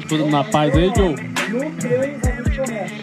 Tudo na paz aí, Joe? No 3 a gente começa.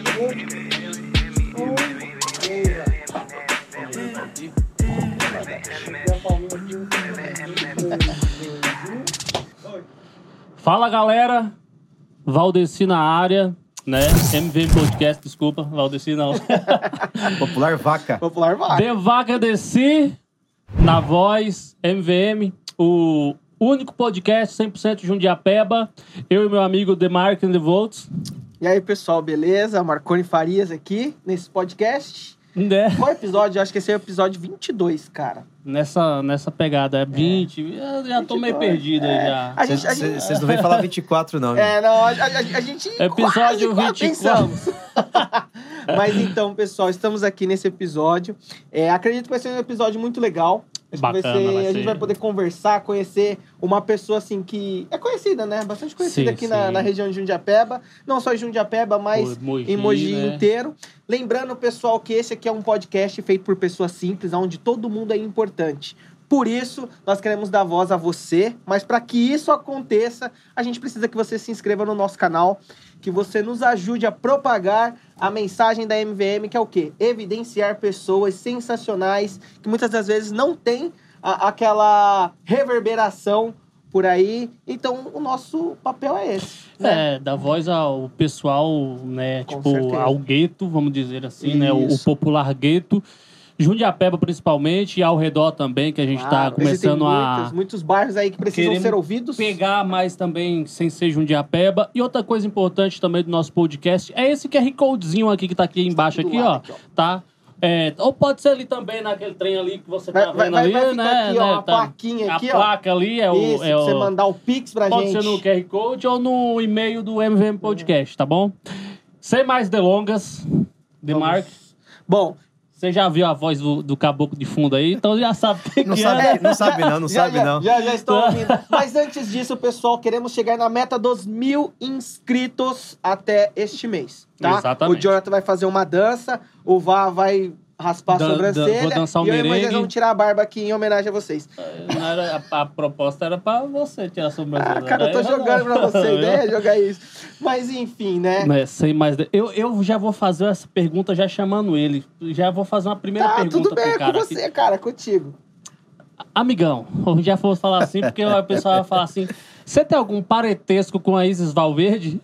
1. Fala, galera. Valdeci na área, né? MVM Podcast, desculpa. Valdeci não. Popular Vaca. Popular Vaca. The Vaca Desci, na voz, MVM, o único podcast 100% Jundiapeba. Eu e meu amigo The Mark and the Volts. E aí, pessoal, beleza? Marconi Farias aqui, nesse podcast. Né? Qual episódio? Eu acho que esse é o episódio 22, cara. Nessa pegada, é 20. Eu já tô meio 22, perdido aí já. Vocês não vêm falar 24, não. Não, a gente Episódio quase 24. pensamos. Mas então, pessoal, estamos aqui nesse episódio. Acredito que vai ser um episódio muito legal. Acho que Bacana, a gente vai poder conversar, conhecer uma pessoa assim que é conhecida, né? Bastante conhecida Sim, aqui sim. Na região de Jundiapeba. Não só em Jundiapeba, mas Mogi, em Mogi né? inteiro. Lembrando, pessoal, que esse aqui é um podcast feito por pessoas simples, onde todo mundo é importante. Por isso, nós queremos dar voz a você, mas para que isso aconteça, a gente precisa que você se inscreva no nosso canal, que você nos ajude a propagar a mensagem da MVM, que é o quê? Evidenciar pessoas sensacionais, que muitas das vezes não tem aquela reverberação por aí. Então, o nosso papel é esse. Né? Dar voz ao pessoal, né? Com tipo, certeza. ao gueto, vamos dizer assim, né? O Isso. popular gueto. Jundiapeba, principalmente, e ao redor também, que a gente tá Claro, existem começando muitos bairros aí que precisam Queremos ser ouvidos. pegar mais também, sem ser Jundiapeba. E outra coisa importante também do nosso podcast é esse QR Codezinho aqui que tá aqui embaixo, Do aqui, lado ó. aqui, ó. Tá? Ou pode ser ali também, naquele trem ali que você tá vendo ali, vai ficar né? aqui, ó, né? a plaquinha aqui, a ó. placa ali é o... Isso, é pra você o- mandar o Pix pra Pode gente. ser no QR Code ou no e-mail do MVM Podcast, tá bom? Sem mais delongas, Mark, Bom, você já viu a voz do caboclo de fundo aí, então já sabe o que Não que sabe, é. não sabe não. Já estou ouvindo. Mas antes disso, pessoal, queremos chegar na meta dos 1.000 inscritos até este mês, tá? Exatamente. O Jonathan vai fazer uma dança, o Vá vai raspar a sobrancelha. vou dançar um e eu e o Moisés merengue. vamos tirar a barba aqui em homenagem a vocês. Não era, a proposta era pra você tirar a sobrancelha. Cara, eu tô jogando pra você, né? Jogar isso. Mas enfim, né? Né, sem mais... Eu já vou fazer essa pergunta já chamando ele. Já vou fazer uma primeira Tá, pergunta tudo bem, pro é com cara. você, cara, contigo. Amigão, eu já vou falar assim, porque o pessoal vai falar assim, você tem algum parentesco com a Isis Valverde?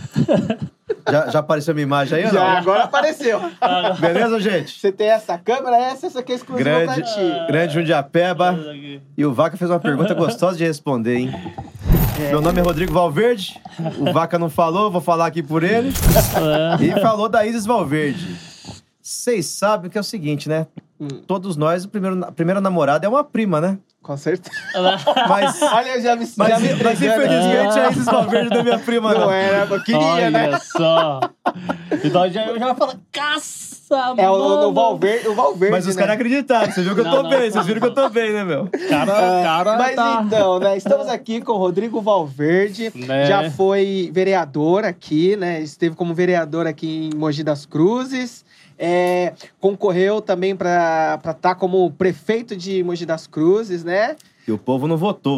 Já apareceu a minha imagem aí ou Já, não? agora apareceu. Beleza, gente? Você tem essa câmera, essa aqui é exclusiva pra ti. Grande Jundiapeba. E o Vaca fez uma pergunta gostosa de responder, hein? Meu nome é Rodrigo Valverde. O Vaca não falou, vou falar aqui por ele. E falou da Isis Valverde. Vocês sabem que é o seguinte, né? Todos nós, a primeira namorada é uma prima, né? Com certeza. Mas, Olha, eu já me mas entregando. infelizmente a Isis Valverde não é minha prima, não. Não era, eu queria, Olha né? só. Então eu já vou falar, caça, É mano. o Valverde, Mas os né? caras acreditaram. Você viu que eu tô Não, bem. não. Vocês viram que eu tô bem, né, meu? Cara Mas tá... então, né? Estamos aqui com o Rodrigo Valverde. Né? Já foi vereador aqui, né? Esteve como vereador aqui em Mogi das Cruzes. Concorreu também para estar como prefeito de Mogi das Cruzes, né? E o povo não votou,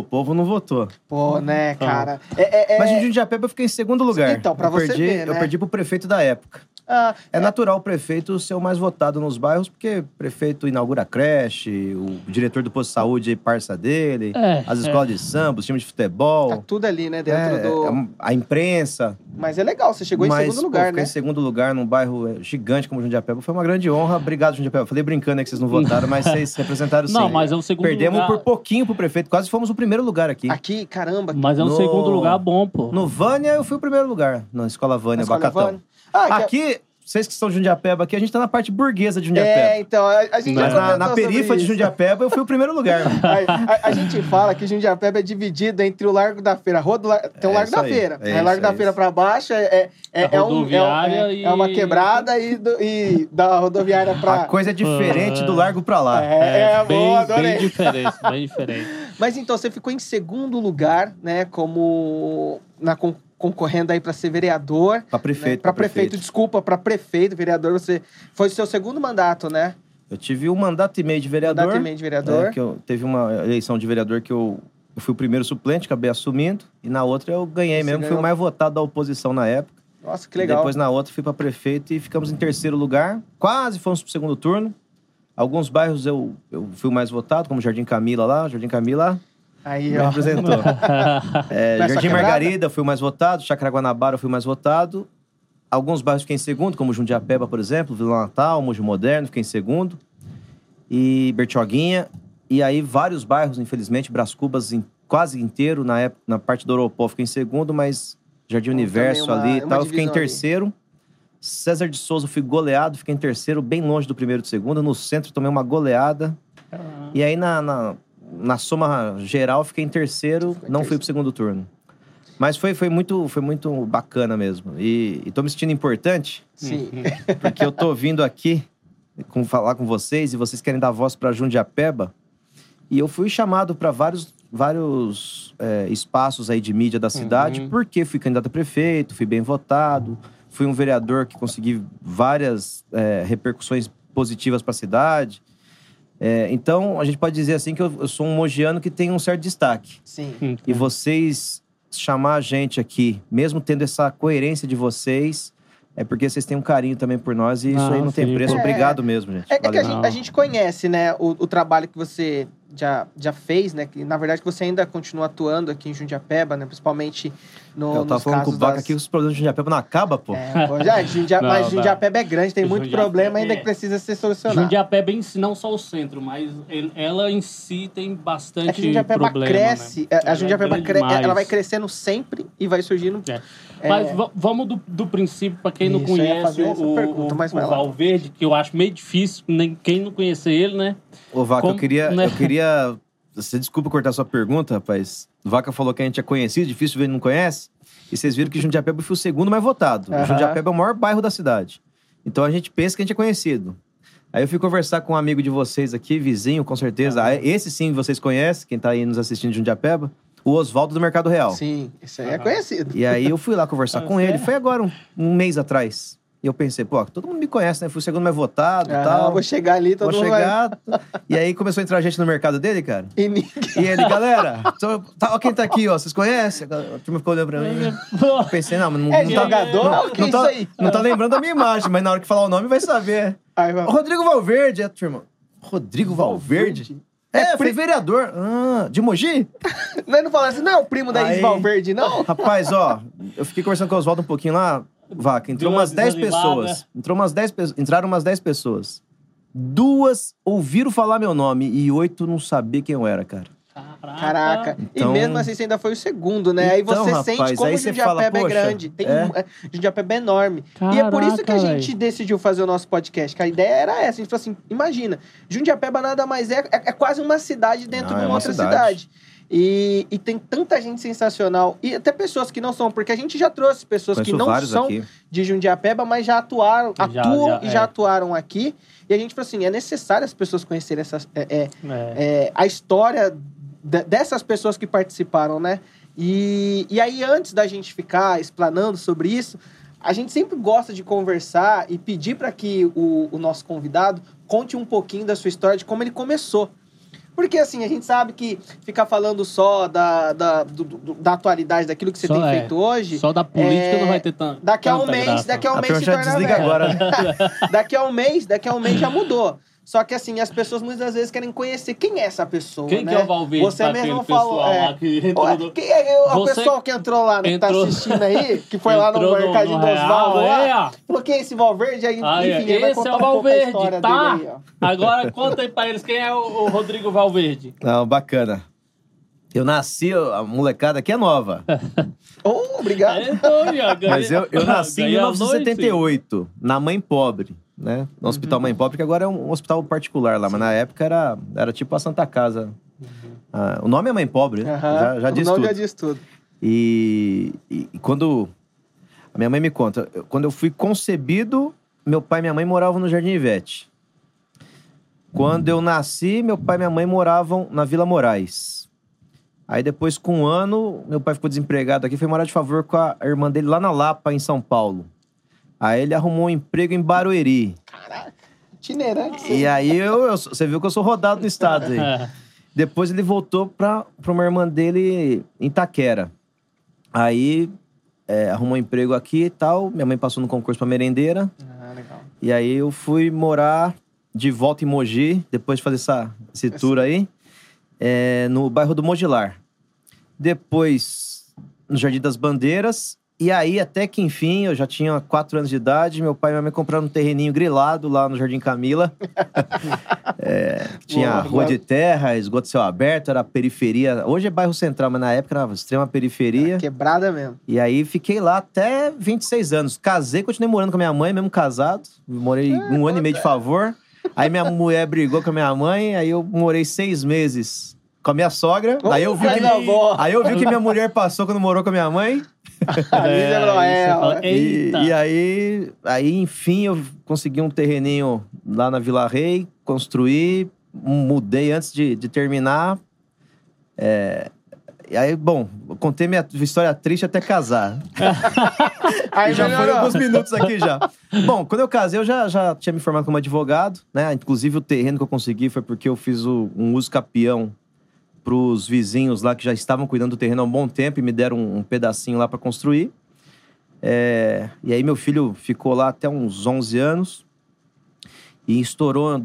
Pô, né, cara? Mas em Jundiapeba eu fiquei em segundo lugar. Então, pra você ver, né? Eu perdi pro prefeito da época. É natural o prefeito ser o mais votado nos bairros, porque o prefeito inaugura a creche, o diretor do posto de saúde é parça dele, as escolas de samba, os times de futebol. Tá tudo ali, né? Dentro do... A imprensa. Mas é legal, você chegou em segundo lugar, fiquei né? em segundo lugar num bairro gigante como Jundiapeba. Foi uma grande honra. Obrigado, Jundiapeba. Falei brincando aí que vocês não votaram, mas vocês representaram sim. Não, mas é um segundo Perdemos lugar... por pouquinho pro prefeito. Quase fomos o primeiro lugar aqui. Aqui, caramba. Mas é um No- segundo lugar bom, pô. No Vânia, eu fui o primeiro lugar. Na Escola Vânia, Na Escola Bacatão. Vânia. Aqui, vocês que são de Jundiapeba aqui, a gente tá na parte burguesa de Jundiapeba. Então, a gente já Mas comentou na sobre perifa de isso. Jundiapeba, eu fui o primeiro lugar. A gente fala que Jundiapeba é dividido entre o Largo da Feira. Tem o Largo isso da aí. Feira. É Aí o Largo isso, da é Feira isso. pra baixo rodoviária e- é uma quebrada e da rodoviária pra... A coisa é diferente do largo pra lá. Boa, adorei. bem diferente, bem diferente. Mas então, você ficou em segundo lugar, né, como... concorrendo aí pra ser vereador. Pra prefeito. Né? Pra prefeito, desculpa, pra prefeito, vereador. Você foi o seu segundo mandato, né? Eu tive um mandato e meio de vereador. Mandato e meio de vereador. Teve uma eleição de vereador que eu eu fui o primeiro suplente, acabei assumindo. E na outra eu ganhei mesmo, fui o mais votado da oposição na época. Nossa, que legal. E depois na outra fui para prefeito e ficamos em terceiro lugar. Quase fomos pro segundo turno. Alguns bairros eu fui o mais votado, como Jardim Camila lá. Jardim Camila aí, me ó. representou. Jardim Margarida fui o mais votado. Chácara Guanabara fui o mais votado. Alguns bairros fiquei em segundo, como Jundiapeba, por exemplo. Vila Natal, Mogi Moderno, fiquei em segundo. E Bertioguinha. E aí vários bairros, infelizmente. Brás Cubas quase inteiro. Na parte do Oropó fiquei em segundo, mas Jardim Universo ali e tal, eu fiquei em terceiro. César de Souza, fui goleado, fiquei em terceiro, bem longe do primeiro e do segundo. No centro, tomei uma goleada. E aí, na soma geral, fiquei em terceiro, não fui pro segundo turno. Mas foi muito bacana mesmo. E tô me sentindo importante. Sim. Porque eu tô vindo aqui falar com vocês e vocês querem dar voz pra Jundiapeba. E eu fui chamado para vários espaços aí de mídia da cidade, porque fui candidato a prefeito, fui bem votado, fui um vereador que consegui várias repercussões positivas para a cidade. Então, a gente pode dizer assim que eu sou um mogiano que tem um certo destaque. Sim. E vocês chamar a gente aqui, mesmo tendo essa coerência de vocês, é porque vocês têm um carinho também por nós e isso aí não tem preço. Obrigado mesmo, gente. É que a gente conhece, né, o trabalho que você já fez, né? Que, na verdade, que você ainda continua atuando aqui em Jundiapeba, né? Principalmente eu tava falando com o Vaca aqui, os problemas de Jundiapeba não acabam, pô. Mas Jundiapeba é grande, tem muito problema ainda que precisa ser solucionado. Jundiapeba em si, não só o centro, mas ela em si tem bastante que Jundiapeba problema, cresce, né? a Jundiapeba ela vai crescendo sempre e vai surgindo... Mas vamos do princípio, para quem não conhece o Valverde, que eu acho meio difícil, nem quem não conhecer ele, né? Ô, Vaca, eu queria... Você desculpa cortar sua pergunta, rapaz. O Vaca falou que a gente é conhecido, difícil ver ele não conhece. E vocês viram que Jundiapeba foi o segundo mais votado. Jundiapeba é o maior bairro da cidade. Então a gente pensa que a gente é conhecido. Aí eu fui conversar com um amigo de vocês aqui, vizinho, com certeza. Esse sim vocês conhecem, quem tá aí nos assistindo de Jundiapeba. O Oswaldo do Mercado Real. Sim, isso aí é conhecido. E aí eu fui lá conversar com ele. Foi agora, um mês atrás. E eu pensei, todo mundo me conhece, né? Fui o segundo mais votado e tal. Vou chegar ali, todo mundo vai... E aí começou a entrar gente no mercado dele, cara. E ele, galera, ó quem tá aqui, ó. Vocês conhecem? A turma ficou olhando pra mim. Eu pensei, não, mas não tá... jogador? Que isso aí? Não tá lembrando da minha imagem, mas na hora que falar o nome vai saber. Rodrigo Valverde, a turma. Rodrigo Valverde? Fui vereador. De Mogi? Não falaram assim, não é o primo da Isis Valverde, não? Rapaz, eu fiquei conversando com o Oswaldo um pouquinho lá. Vaca, entrou umas 10 pessoas. Entraram umas 10 pessoas. 2 ouviram falar meu nome e 8 não sabiam quem eu era, cara. Caraca. Então... E mesmo assim, você ainda foi o segundo, né? Então, aí você sente como Jundiapeba é grande. Jundiapeba é enorme. Caraca, e é por isso que a gente decidiu fazer o nosso podcast. Que a ideia era essa. A gente falou assim, imagina, Jundiapeba nada mais é quase uma cidade dentro de uma outra cidade. E tem tanta gente sensacional. E até pessoas que não são, porque a gente já trouxe pessoas que não são aqui de Jundiapeba, mas já atuam atuaram aqui. E a gente falou assim, é necessário as pessoas conhecerem a história dessas pessoas que participaram, né? E aí, antes da gente ficar explanando sobre isso, a gente sempre gosta de conversar e pedir para que o nosso convidado conte um pouquinho da sua história, de como ele começou. Porque, assim, a gente sabe que ficar falando só da atualidade, daquilo que você tem feito hoje... Só da política não vai ter tanto. Daqui a um mês se torna desliga agora, né? Daqui a um mês já mudou. Só que, assim, as pessoas muitas vezes querem conhecer quem é essa pessoa, Quem né? que é o Valverde? Você mesmo falou... Lá que entrou quem é o pessoal que entrou lá, né? Que tá assistindo aí, que foi lá no mercadinho do Oswaldo lá. Falou, quem é esse Valverde? Aí, enfim, ele vai contar um pouco a história dele aí, ó. Agora, conta aí pra eles quem é o Rodrigo Valverde. Não, bacana. Eu nasci, a molecada aqui é nova. Obrigado. Mas eu nasci em 1978, na Mãe Pobre, né? No Hospital Mãe Pobre, que agora é um hospital particular lá, mas na época era tipo a Santa Casa. O nome é Mãe Pobre, né? Já diz tudo. O nome já diz tudo. E quando... A minha mãe me conta, quando eu fui concebido, meu pai e minha mãe moravam no Jardim Ivete. Quando eu nasci, meu pai e minha mãe moravam na Vila Moraes. Aí depois, com um ano, meu pai ficou desempregado aqui, foi morar de favor com a irmã dele lá na Lapa, em São Paulo. Aí ele arrumou um emprego em Barueri. Caraca, itinerante. E aí, você viu que eu sou rodado no estado aí. Depois ele voltou pra uma irmã dele em Itaquera. Aí arrumou um emprego aqui e tal. Minha mãe passou no concurso pra merendeira. Ah, legal. E aí eu fui morar de volta em Mogi, depois de fazer esse tour aí, no bairro do Mogilar. Depois, no Jardim das Bandeiras. E aí, até que enfim, eu já tinha 4 anos de idade, meu pai e minha mãe compraram um terreninho grilado lá no Jardim Camila. Tinha rua de terra, esgoto céu aberto, era periferia. Hoje é bairro central, mas na época era extrema periferia. Quebrada mesmo. E aí, fiquei lá até 26 anos. Casei, continuei morando com a minha mãe, mesmo casado. Morei 1 ano e meio de favor. Aí minha mulher brigou com a minha mãe, aí eu morei 6 meses com a minha sogra. Aí eu vi que minha mulher passou quando morou com a minha mãe. E aí, enfim, eu consegui um terreninho lá na Vila Rei, construí, mudei antes de terminar. E aí, bom, eu contei minha história triste até casar. Aí já foi alguns minutos aqui já. Bom, quando eu casei, eu já tinha me formado como advogado, né? Inclusive, o terreno que eu consegui foi porque eu fiz um uso capião pros vizinhos lá que já estavam cuidando do terreno há um bom tempo e me deram um pedacinho lá para construir. E aí, meu filho ficou lá até uns 11 anos e estourou em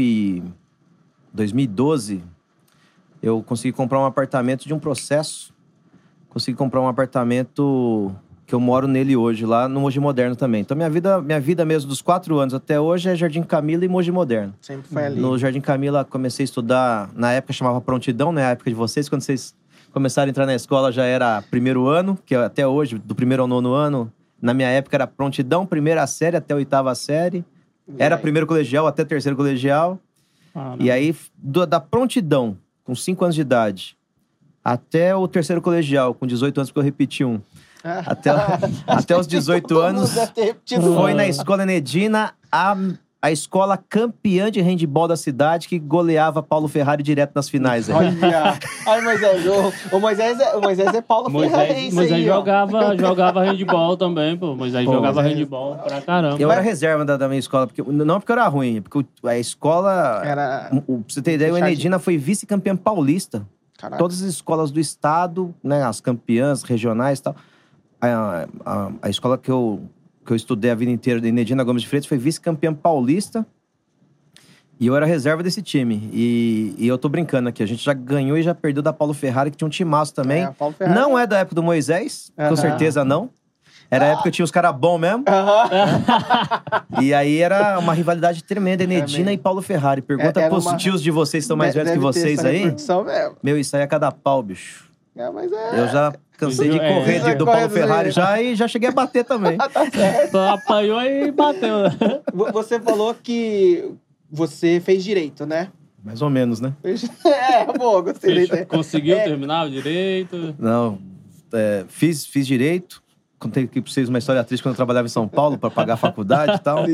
2012. Eu consegui comprar um apartamento de um processo. Consegui comprar um apartamento que eu moro nele hoje, lá no Mogi Moderno também. Então, minha vida mesmo, dos 4 anos até hoje, é Jardim Camila e Mogi Moderno. Sempre foi ali. No Jardim Camila, comecei a estudar, na época chamava Prontidão, né? A época de vocês, quando vocês começaram a entrar na escola, já era 1º ano, que até hoje, do 1º ao 9º ano, na minha época era Prontidão, 1ª série até 8ª série. Era 1º colegial até 3º colegial. E aí, da Prontidão, com 5 anos de idade, até o 3º colegial, com 18 anos, porque eu repeti um. Até os 18 anos, foi na Escola Enedina, a escola campeã de handebol da cidade, que goleava Paulo Ferrari direto nas finais. Olha, ai, Moisés, o Moisés é Paulo Ferrari. Moisés jogava handebol também, pô. Moisés jogava handebol pra caramba. Eu era reserva da minha escola, não porque eu era ruim, porque a escola... Pra você ter ideia, o Enedina foi vice-campeã paulista. Caraca. Todas as escolas do estado, né, as campeãs regionais e tal. A escola que eu estudei a vida inteira, de Enedina Gomes de Freitas, foi vice-campeã paulista. E eu era reserva desse time. E eu tô brincando aqui, a gente já ganhou e já perdeu da Paulo Ferrari, que tinha um timaço também. Não é da época do Moisés, com certeza não. Era a época que tinha os caras bons mesmo. E aí era uma rivalidade tremenda, Enedina e Paulo Ferrari. Pergunta pros tios de vocês que estão mais velhos que vocês aí. Meu, isso aí é cada pau, bicho. Eu já cansei de correr do Paulo Ferrari e já cheguei a bater também. Tá certo. Apanhou e bateu. Você falou que você fez direito, né? Mais ou menos, né? Boa, gostei da ideia. Conseguiu terminar o direito? Não, fiz direito. Contei aqui pra vocês uma história triste quando eu trabalhava em São Paulo para pagar a faculdade e tal.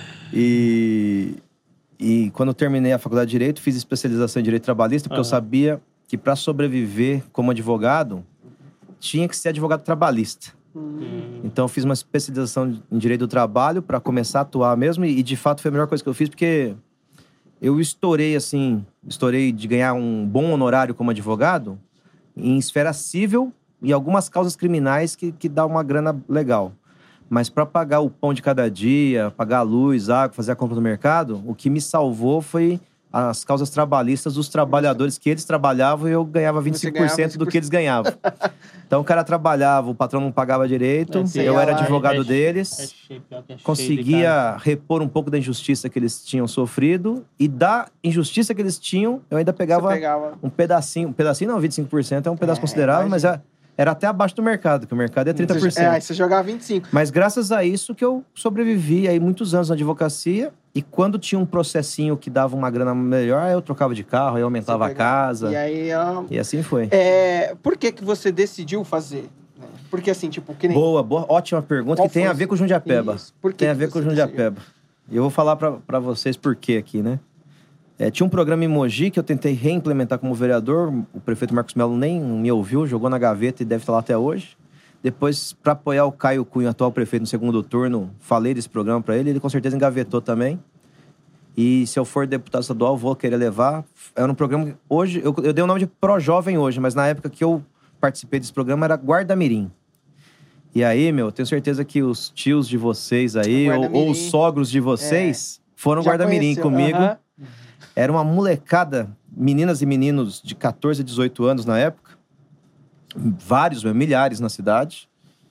E quando eu terminei a faculdade de Direito, fiz especialização em Direito Trabalhista, porque eu sabia que para sobreviver como advogado, tinha que ser advogado trabalhista. Então eu fiz uma especialização em Direito do Trabalho para começar a atuar mesmo. E de fato foi a melhor coisa que eu fiz, porque eu estourei de ganhar um bom honorário como advogado em esfera civil e algumas causas criminais que dá uma grana legal. Mas para pagar o pão de cada dia, pagar a luz, água, fazer a compra no mercado, o que me salvou foi as causas trabalhistas dos trabalhadores que eles trabalhavam e eu ganhava 25% do que eles ganhavam. Então o cara trabalhava, o patrão não pagava direito, eu era advogado deles, conseguia repor um pouco da injustiça que eles tinham sofrido e da injustiça que eles tinham, eu ainda pegava um pedacinho não, 25% é um pedaço considerável, mas era até abaixo do mercado, que o mercado é 30%. Aí você jogava 25%. Mas graças a isso que eu sobrevivi aí muitos anos na advocacia. E quando tinha um processinho que dava uma grana melhor, eu trocava de carro, aí aumentava a casa. E assim foi. Por que você decidiu fazer? Porque assim, tipo... Que nem... Boa, ótima pergunta, que tem a ver com o Jundiapeba. Tem a ver com o Jundiapeba. E eu vou falar pra vocês por quê aqui, né? Tinha um programa em Mogi que eu tentei reimplementar como vereador. O prefeito Marcos Melo nem me ouviu, jogou na gaveta e deve estar lá até hoje. Depois, para apoiar o Caio Cunha, atual prefeito, no segundo turno, falei desse programa para ele. Ele com certeza engavetou também. E se eu for deputado estadual, vou querer levar. Era um programa... Hoje, eu dei o nome de Pro Jovem hoje, mas na época que eu participei desse programa era Guarda Mirim. E aí, eu tenho certeza que os tios de vocês aí, ou os sogros de vocês, foram Guarda Mirim comigo. Era uma molecada, meninas e meninos de 14 a 18 anos na época. Vários, milhares na cidade.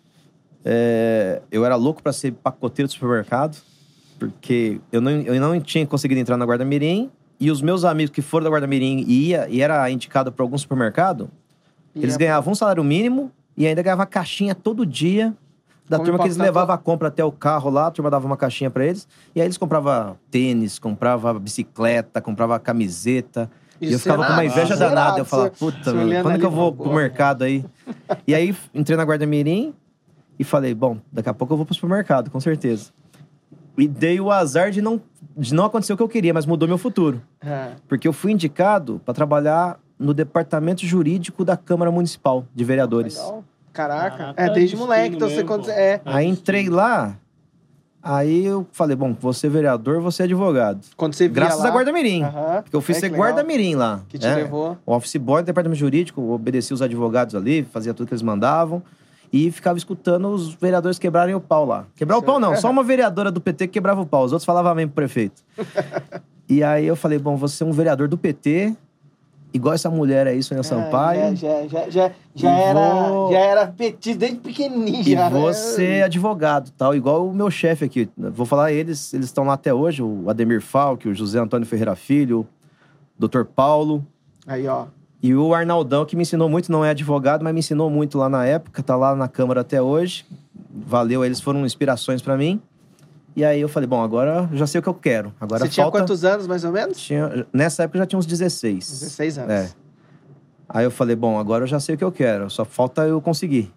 Eu era louco pra ser pacoteiro do supermercado, porque eu não tinha conseguido entrar na Guarda Mirim. E os meus amigos que foram da Guarda Mirim e era indicado para algum supermercado, eles ganhavam um salário mínimo e ainda ganhavam caixinha todo dia da turma que eles levavam a compra até o carro lá. A turma dava uma caixinha pra eles. E aí eles compravam tênis, compravam bicicleta, compravam camiseta. E eu ficava com uma inveja danada. Eu falava, puta, mano, quando que eu vou pro mercado aí? E aí entrei na Guarda Mirim e falei, bom, daqui a pouco eu vou pro supermercado, com certeza. E dei o azar de não acontecer o que eu queria, mas mudou meu futuro. Porque eu fui indicado pra trabalhar no departamento jurídico da Câmara Municipal de Vereadores. Legal. Caraca. Desde moleque. Então você... Aí entrei lá, aí eu falei, bom, vou ser vereador, vou ser advogado. Quando você via graças lá... a Guarda Mirim. Porque eu fui ser Guarda Mirim lá. Que te levou. O office boy do departamento jurídico, obedecia os advogados ali, fazia tudo que eles mandavam. E ficava escutando os vereadores quebrarem o pau lá. Quebrar o pau não, só uma vereadora do PT que quebrava o pau. Os outros falavam amém pro prefeito. E aí eu falei, bom, vou ser um vereador do PT... Igual essa mulher aí, Sônia Sampaio. Já era petista desde pequenininho. E vou ser advogado, tal. Igual o meu chefe aqui. Vou falar eles estão lá até hoje. O Ademir Falck, o José Antônio Ferreira Filho, o Dr. Paulo. Aí, ó. E o Arnaldão, que me ensinou muito, não é advogado, mas me ensinou muito lá na época. Tá lá na Câmara até hoje. Valeu, eles foram inspirações pra mim. E aí eu falei, bom, agora eu já sei o que eu quero. Agora Você tinha quantos anos, mais ou menos? Nessa época eu já tinha uns 16. 16 anos. Aí eu falei, bom, agora eu já sei o que eu quero. Só falta eu conseguir.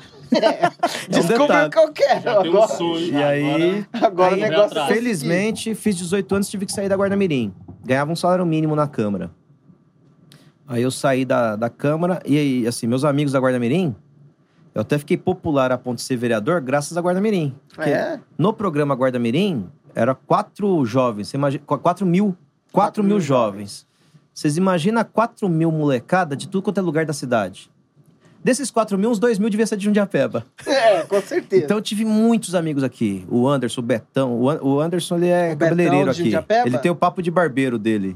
Descobri o que eu quero. Já tem um sonho. E aí... Agora o negócio é felizmente, fiz 18 anos e tive que sair da Guarda Mirim. Ganhava um salário mínimo na Câmara. Aí eu saí da Câmara e aí, assim, meus amigos da Guarda Mirim... Eu até fiquei popular a ponto de ser vereador graças à Guarda Mirim. No programa Guarda Mirim, era 4 jovens. Você imagina, 4 mil jovens. Vocês imaginam 4 mil molecada de tudo quanto é lugar da cidade. Desses 4 mil, uns 2 mil devia ser de Jundiapeba. Com certeza. Então eu tive muitos amigos aqui. O Anderson, o Betão. O Anderson, ele é cabeleireiro aqui. Ele tem o papo de barbeiro dele.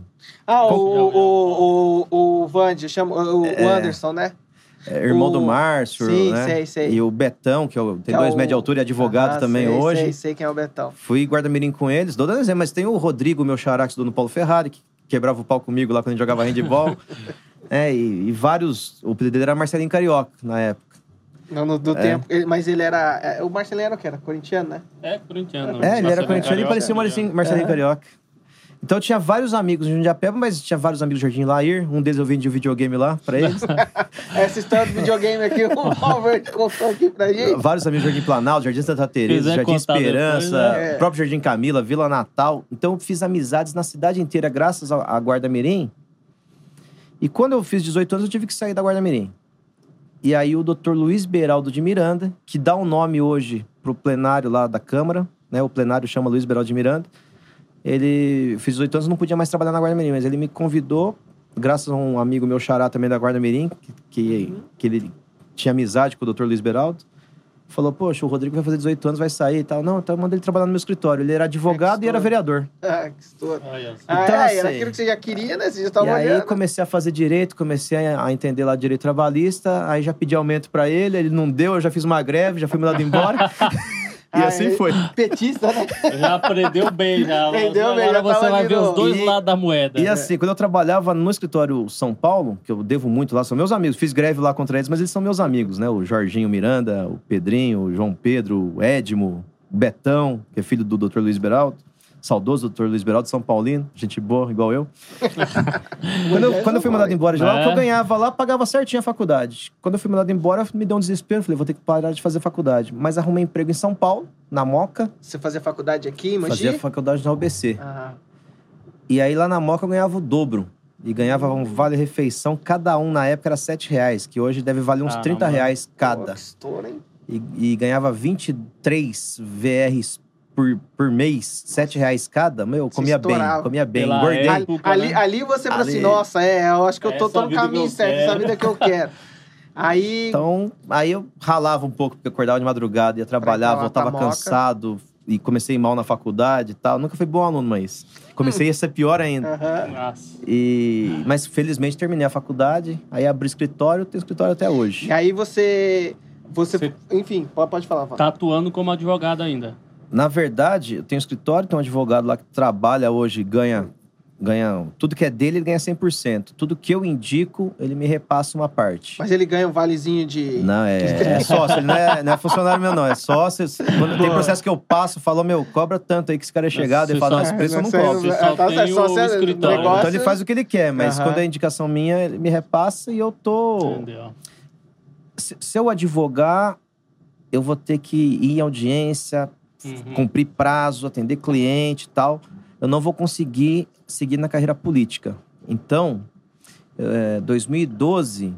O Vande, chama o Anderson, né? Irmão do Márcio, né? Sei. E o Betão, tem 2 metros de altura e advogado também hoje. Sei quem é o Betão. Fui Guarda Mirim com eles, dou dando exemplo, mas tem o Rodrigo, meu xará, que estudou no Paulo Ferrari, que quebrava o pau comigo lá quando a gente jogava handball. E vários... O apelido dele era Marcelinho Carioca, na época. Do tempo. Mas ele era... O Marcelinho era o quê? Era corintiano, né? Corintiano. Ele era corintiano e parecia o Marcelinho Carioca. Então eu tinha vários amigos de Jundiapeba, mas tinha vários amigos do Jardim Lair. Um deles eu vendi o videogame lá pra eles. Essa história do videogame aqui, o Albert contou aqui pra gente. Vários amigos do Jardim Planalto, Jardim Santa Teresa, Jardim Esperança, o próprio Jardim Camila, Vila Natal. Então eu fiz amizades na cidade inteira graças à Guarda Mirim. E quando eu fiz 18 anos, eu tive que sair da Guarda Mirim. E aí o Dr. Luiz Beraldo de Miranda, que dá um nome hoje pro plenário lá da Câmara, né? O plenário chama Luiz Beraldo de Miranda. Ele fiz 18 anos, não podia mais trabalhar na Guarda Mirim, mas ele me convidou, graças a um amigo meu xará também da Guarda Mirim, que ele tinha amizade com o Dr. Luiz Beraldo. Falou, poxa, o Rodrigo vai fazer 18 anos, vai sair e tal. Não, então eu mandei ele trabalhar no meu escritório. Ele era advogado e era vereador. Que história. Então, era aquilo que você já queria, né? Você já estava olhando. E aí comecei a fazer direito, comecei a entender lá direito trabalhista. Aí já pedi aumento pra ele não deu, eu já fiz uma greve, já fui mandado embora. E assim foi. Petista, né? Já aprendeu bem, já. Aprendeu bem, agora você vai ver os dois lados da moeda. E assim, quando eu trabalhava no escritório São Paulo, que eu devo muito lá, são meus amigos. Fiz greve lá contra eles, mas eles são meus amigos, né? O Jorginho Miranda, o Pedrinho, o João Pedro, o Edmo, o Betão, que é filho do Dr. Luiz Beraldo. Saudoso Dr. Luiz Beraldo, São Paulino. Gente boa, igual eu. Quando eu fui mandado embora de lá, o que eu ganhava lá, pagava certinho a faculdade. Quando eu fui mandado embora, me deu um desespero. Falei, vou ter que parar de fazer faculdade. Mas arrumei emprego em São Paulo, na Moca. Você fazia faculdade aqui em Mogi? Fazia faculdade na UBC. E aí lá na Moca eu ganhava o dobro. E ganhava um vale-refeição. Cada um na época era R$7, que hoje deve valer uns R$30 cada. Que estouro, hein? E ganhava 23 VRs por mês, R$7 cada, meu, comia bem, Pela engordei. época, Ali você fala assim, nossa, eu acho que eu tô Essa no vida que caminho eu certo, quero. essa vida que eu quero. Aí, Então, aí eu ralava um pouco, porque eu acordava de madrugada, ia trabalhar, Pra ir pra voltava Moca. cansado, e comecei mal na faculdade e tal. Nunca fui bom aluno, mas comecei a ser pior ainda. Nossa. Mas felizmente terminei a faculdade, aí abri escritório, tenho escritório até hoje. e aí você enfim, pode falar. Tá atuando como advogado ainda. Na verdade, eu tenho escritório, tem um advogado lá que trabalha hoje, ganha tudo que é dele, ele ganha 100%. Tudo que eu indico, ele me repassa uma parte. Mas ele ganha um valezinho de... Não, é sócio, ele não é funcionário meu, não. É sócio. Quando tem processo que eu passo, falo, meu, cobra tanto aí que esse cara é chegado. Ele fala, não, esse preço eu não cobro. Você só tem o escritório. Então ele faz o que ele quer, mas Aham. quando é indicação minha, ele me repassa e eu tô... Entendeu? Se eu advogar, eu vou ter que ir em audiência, cumprir prazo, atender cliente e tal. Eu não vou conseguir seguir na carreira política. Então, 2012,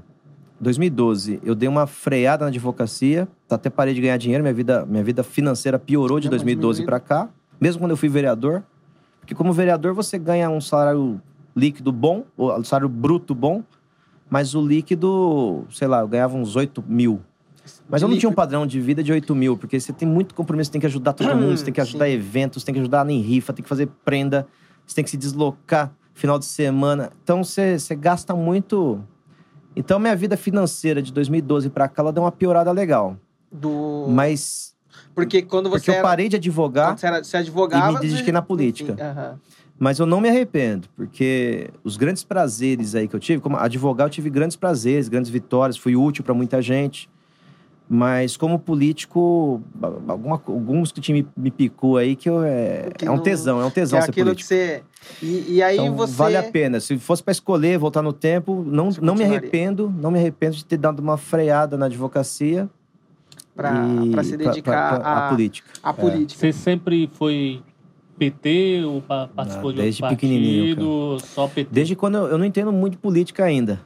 eu dei uma freada na advocacia, até parei de ganhar dinheiro, minha vida financeira piorou de 2012 para cá, mesmo quando eu fui vereador, porque como vereador você ganha um salário líquido bom, ou salário bruto bom, mas o líquido, sei lá, eu ganhava uns 8 mil. Mas eu não tinha um padrão de vida de 8 mil, porque você tem muito compromisso, você tem que ajudar todo mundo, você tem que ajudar eventos, você tem que ajudar em rifa, tem que fazer prenda, você tem que se deslocar final de semana. Então, você gasta muito. Então, minha vida financeira de 2012 pra cá, ela deu uma piorada legal. Mas... Porque quando você eu parei de advogar você advogava, e me dediquei na política. Enfim, Mas eu não me arrependo, porque os grandes prazeres aí que eu tive, como advogado eu tive grandes prazeres, grandes vitórias, fui útil pra muita gente. Mas como político, alguns que me picou aí, que é um tesão ser político. Que você... E aí então, você... vale a pena. Se fosse para escolher, voltar no tempo, não me arrependo de ter dado uma freada na advocacia. Pra se dedicar à política. À política. Você sempre foi PT ou participou de outro partido? Só PT? Desde quando eu não entendo muito de política ainda.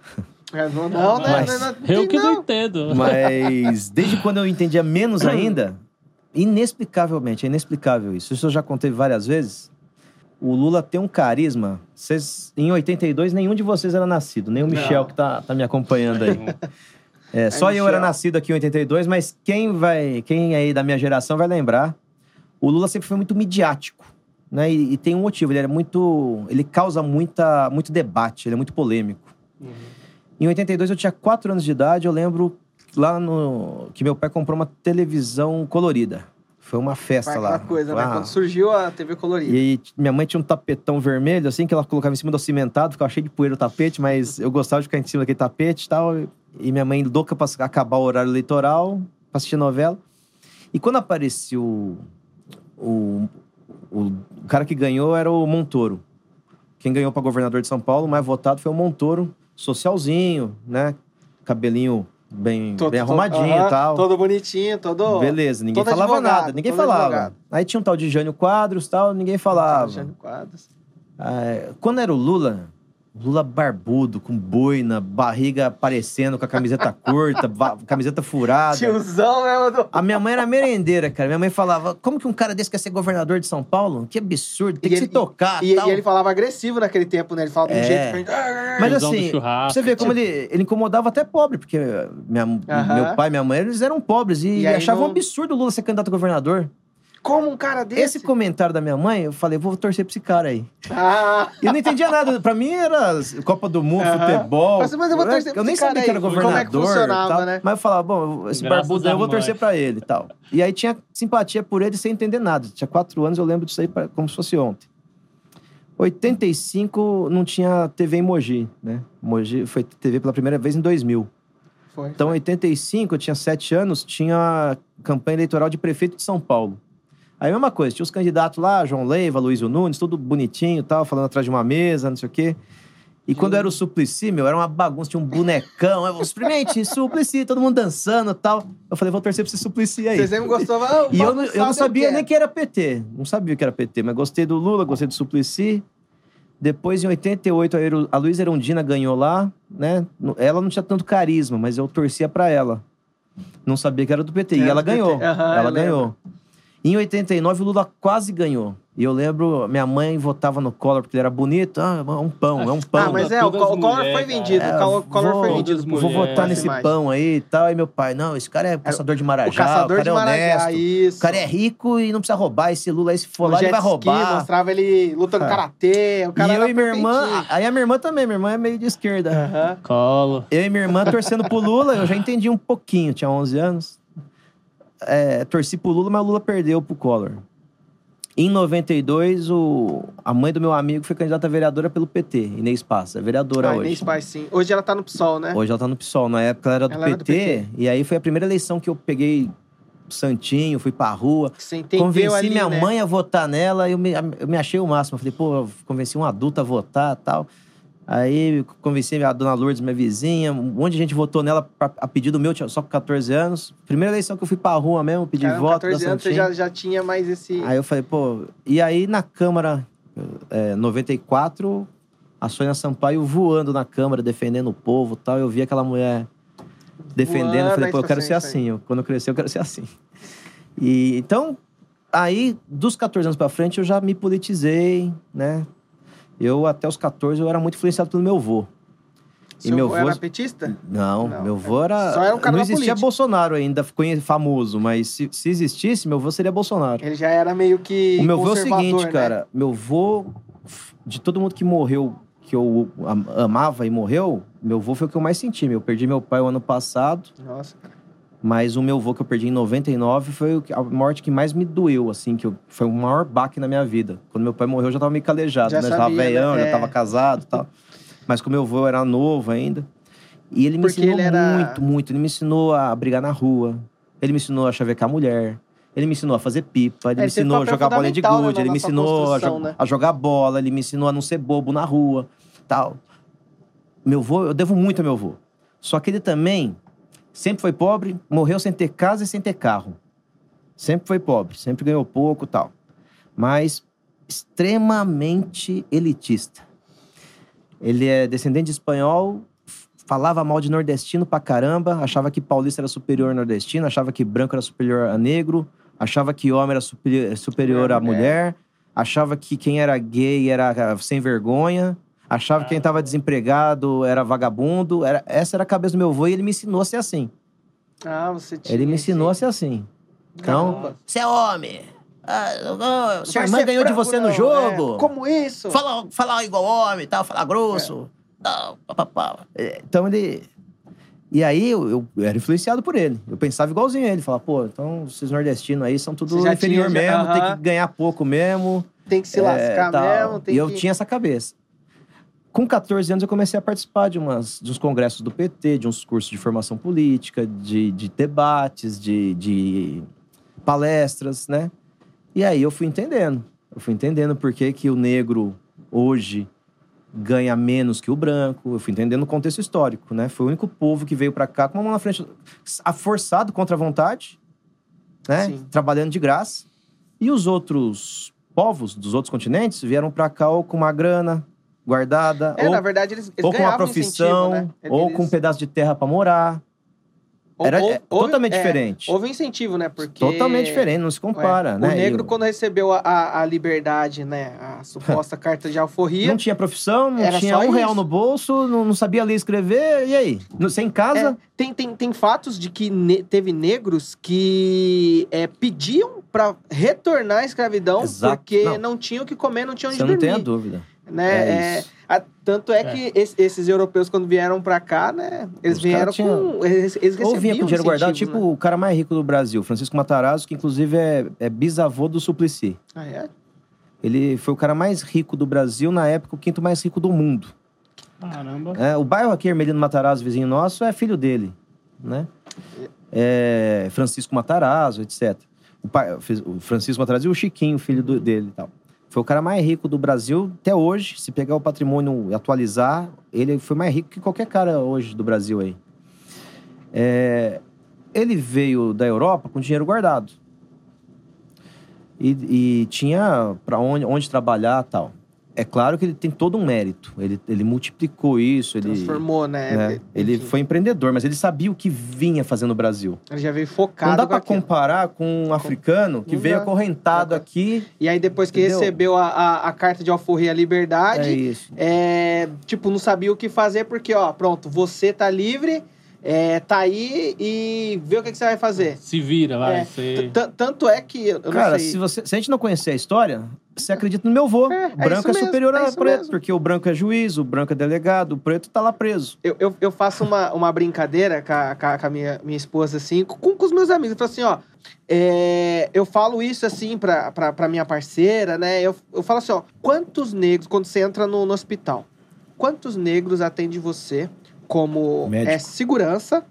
Eu que não entendo. Mas desde quando eu entendia menos ainda, inexplicavelmente, é inexplicável isso. Isso eu já contei várias vezes. O Lula tem um carisma. Em 82, nenhum de vocês era nascido. Nem o Michel que tá me acompanhando aí. Só eu era nascido aqui em 82, mas quem aí da minha geração vai lembrar. O Lula sempre foi muito midiático, né? E tem um motivo, ele causa muito debate, ele é muito polêmico. Em 82, eu tinha 4 anos de idade, eu lembro que meu pai comprou uma televisão colorida. Foi uma festa lá. Coisa, né? Quando surgiu a TV colorida. E minha mãe tinha um tapetão vermelho, assim, que ela colocava em cima do cimentado, ficava cheio de poeira o tapete, mas eu gostava de ficar em cima daquele tapete e tal. E minha mãe louca pra acabar o horário eleitoral, pra assistir novela. E quando apareceu o cara que ganhou era o Montoro. Quem ganhou pra governador de São Paulo, o mais votado foi o Montoro. Socialzinho, né? Cabelinho bem arrumadinho e tal. Todo bonitinho, todo... Beleza, ninguém falava nada, ninguém falava. Advogado. Aí tinha um tal de Jânio Quadros e tal, ninguém falava. Jânio Quadros. Quando era o Lula barbudo, com boina, barriga aparecendo, com a camiseta curta, camiseta furada. Tiozão mesmo. A minha mãe era merendeira, cara. Minha mãe falava, como que um cara desse quer ser governador de São Paulo? Que absurdo, tem que se tocar e tal. E ele falava agressivo naquele tempo, né? Ele falava de um jeito... Mas assim, você vê como ele incomodava até pobre, porque meu pai e minha mãe, eles eram pobres e achavam um absurdo o Lula ser candidato a governador. Como um cara desse? Esse comentário da minha mãe, eu falei, vou torcer pra esse cara aí. E eu não entendia nada. Pra mim era Copa do Mundo, futebol. Mas eu vou torcer pra eu nem esse cara sabia que era governador. Como é que funcionava, tal. Né? Mas eu falava, bom, esse barbudo aí eu vou torcer pra ele e tal. E aí tinha simpatia por ele sem entender nada. Tinha 4 anos, eu lembro disso aí como se fosse ontem. 85 não tinha TV em Mogi, né? Mogi foi TV pela primeira vez em 2000. Então, em 85, eu tinha 7 anos, tinha campanha eleitoral de prefeito de São Paulo. Aí a mesma coisa, tinha os candidatos lá, João Leiva, Luiz Nunes, tudo bonitinho e tal, falando atrás de uma mesa, não sei o quê. E quando era o Suplicy, era uma bagunça, tinha um bonecão, experimente, Suplicy, todo mundo dançando e tal. Eu falei, vou torcer pra esse Suplicy aí. Você sempre gostou? E eu não sabia nem que era PT, não sabia que era PT, mas gostei do Lula, gostei do Suplicy. Depois, em 88, a Luísa Erundina ganhou lá, né? Ela não tinha tanto carisma, mas eu torcia pra ela. Não sabia que era do PT, e ela ganhou, ela ganhou. Em 89, o Lula quase ganhou. E eu lembro, minha mãe votava no Collor porque ele era bonito. Ah, é um pão. Ah, mas o Collor foi vendido. O Collor foi vendido. Vou votar nesse pão aí e tal. E meu pai, não, esse cara é caçador de marajá. O caçador de marajá, isso. O cara é rico e não precisa roubar. Esse Lula aí, se for lá, ele vai roubar. Mostrava ele lutando karatê. O cara e eu e minha irmã... Aí a minha irmã também. Minha irmã é meio de esquerda. Collor. Eu e minha irmã torcendo pro Lula. Eu já entendi um pouquinho. Tinha 11 anos. Torci pro Lula, mas o Lula perdeu pro Collor. Em 92, a mãe do meu amigo foi candidata a vereadora pelo PT, Inês Paz. É vereadora hoje. Inês Paz, sim. Hoje ela tá no PSOL, né? Hoje ela tá no PSOL. Na época ela era do PT. E aí foi a primeira eleição que eu peguei santinho, fui pra rua. Convenci ali, minha mãe a votar nela. Eu me achei o máximo. Eu falei, pô, convenci um adulto a votar e tal. Aí convenci a dona Lourdes, minha vizinha. Um monte de gente votou nela a pedido meu, só com 14 anos. Primeira eleição que eu fui pra rua mesmo, pedi voto. 14 anos você já tinha mais esse... Aí eu falei, pô... E aí na Câmara, 94, a Sônia Sampaio voando na Câmara, defendendo o povo e tal. Eu vi aquela mulher defendendo. Eu falei, pô, eu quero ser assim. Quando eu crescer, eu quero ser assim. E então, aí, dos 14 anos pra frente, eu já me politizei, né? Eu, até os 14, eu era muito influenciado pelo meu avô. Seu avô era petista? Não, meu avô era... Só era um cara não existia político. Bolsonaro ainda, ficou famoso, mas se existisse, meu avô seria Bolsonaro. Ele já era meio que o meu avô é o seguinte, né? cara, meu avô, de todo mundo que morreu, que eu amava e morreu, meu avô foi o que eu mais senti. Eu perdi meu pai o ano passado. Nossa, cara. Mas o meu avô que eu perdi em 99 foi a morte que mais me doeu, assim, foi o maior baque na minha vida. Quando meu pai morreu, eu já tava meio calejado, né? Já tava velhão, já tava casado e tal. Mas com o meu avô eu era novo ainda. E ele me ensinou muito. Ele me ensinou a brigar na rua. Ele me ensinou a chavecar mulher. Ele me ensinou a fazer pipa. Ele me ensinou a jogar bola de gude. Ele me ensinou a jogar bola. Ele me ensinou a não ser bobo na rua, tal. Meu avô, eu devo muito ao meu avô. Só que ele também... sempre foi pobre, morreu sem ter casa e sem ter carro. Sempre foi pobre, sempre ganhou pouco e tal. Mas extremamente elitista. Ele é descendente de espanhol, falava mal de nordestino pra caramba, achava que paulista era superior a nordestino, achava que branco era superior a negro, achava que homem era superior a mulher, achava que quem era gay era sem vergonha... achava que quem tava desempregado era vagabundo. Essa era a cabeça do meu avô e ele me ensinou a ser assim. Você tinha... Ele me ensinou a ser assim. Então, você é homem. Sua irmã ganhou de você no jogo. Como isso? Falar igual homem, tal, falar grosso. Então ele... E aí eu era influenciado por ele. Eu pensava igualzinho a ele. Falava, pô, então esses nordestinos aí são tudo inferior mesmo. Tem que ganhar pouco mesmo. Tem que se lascar mesmo. E eu tinha essa cabeça. Com 14 anos, eu comecei a participar de uns congressos do PT, de uns cursos de formação política, de debates, de palestras, né? E aí eu fui entendendo. Eu fui entendendo por que o negro, hoje, ganha menos que o branco. Eu fui entendendo o contexto histórico, né? Foi o único povo que veio pra cá com uma mão na frente, forçado contra a vontade, né? Sim. Trabalhando de graça. E os outros povos dos outros continentes vieram pra cá ou com uma grana... guardada, ou, na verdade, eles ou com uma profissão, né? Ou com um pedaço de terra pra morar. Totalmente diferente. Houve incentivo, né? Porque... totalmente diferente, não se compara, né? O negro, quando recebeu a liberdade, né? A suposta carta de alforria... não tinha profissão, não tinha R$1 no bolso, não sabia ler e escrever, e aí? Sem casa? Tem fatos de que teve negros que pediam pra retornar à escravidão. Exato. Porque não tinham o que comer, não tinham onde dormir. Você não tem a dúvida. Né? Tanto é que esses europeus, quando vieram pra cá, né? Eles vieram com... Eles recebiam ou vinha com dinheiro guardado, tipo, né? O cara mais rico do Brasil, Francisco Matarazzo, que inclusive é bisavô do Suplicy. Ah, é? Ele foi o cara mais rico do Brasil, na época, o quinto mais rico do mundo. Caramba. O bairro aqui, Hermelino Matarazzo, vizinho nosso, é filho dele, né? Francisco Matarazzo, etc. O Francisco Matarazzo e o Chiquinho, filho dele e tal. Foi o cara mais rico do Brasil até hoje. Se pegar o patrimônio e atualizar, ele foi mais rico que qualquer cara hoje do Brasil aí. Ele veio da Europa com dinheiro guardado. E tinha para onde trabalhar e tal. É claro que ele tem todo um mérito. Ele multiplicou isso. Transformou, né? Ele foi empreendedor, mas ele sabia o que vinha fazendo no Brasil. Ele já veio focado. Não dá pra comparar com um africano que veio acorrentado aqui. E aí, depois que recebeu a carta de alforria liberdade... É isso. Não sabia o que fazer, porque, pronto, você tá livre... tá aí e vê o que você vai fazer. Se vira, vai. Tanto é que... Cara, se a gente não conhecer a história, você acredita no meu vô. Branco é superior a preto, mesmo. Porque o branco é juiz, o branco é delegado, o preto tá lá preso. Eu faço uma brincadeira com a minha esposa, assim, com os meus amigos. Eu falo assim, eu falo isso, assim, pra minha parceira, né? Eu falo assim, quantos negros, quando você entra no hospital, quantos negros atende você como segurança,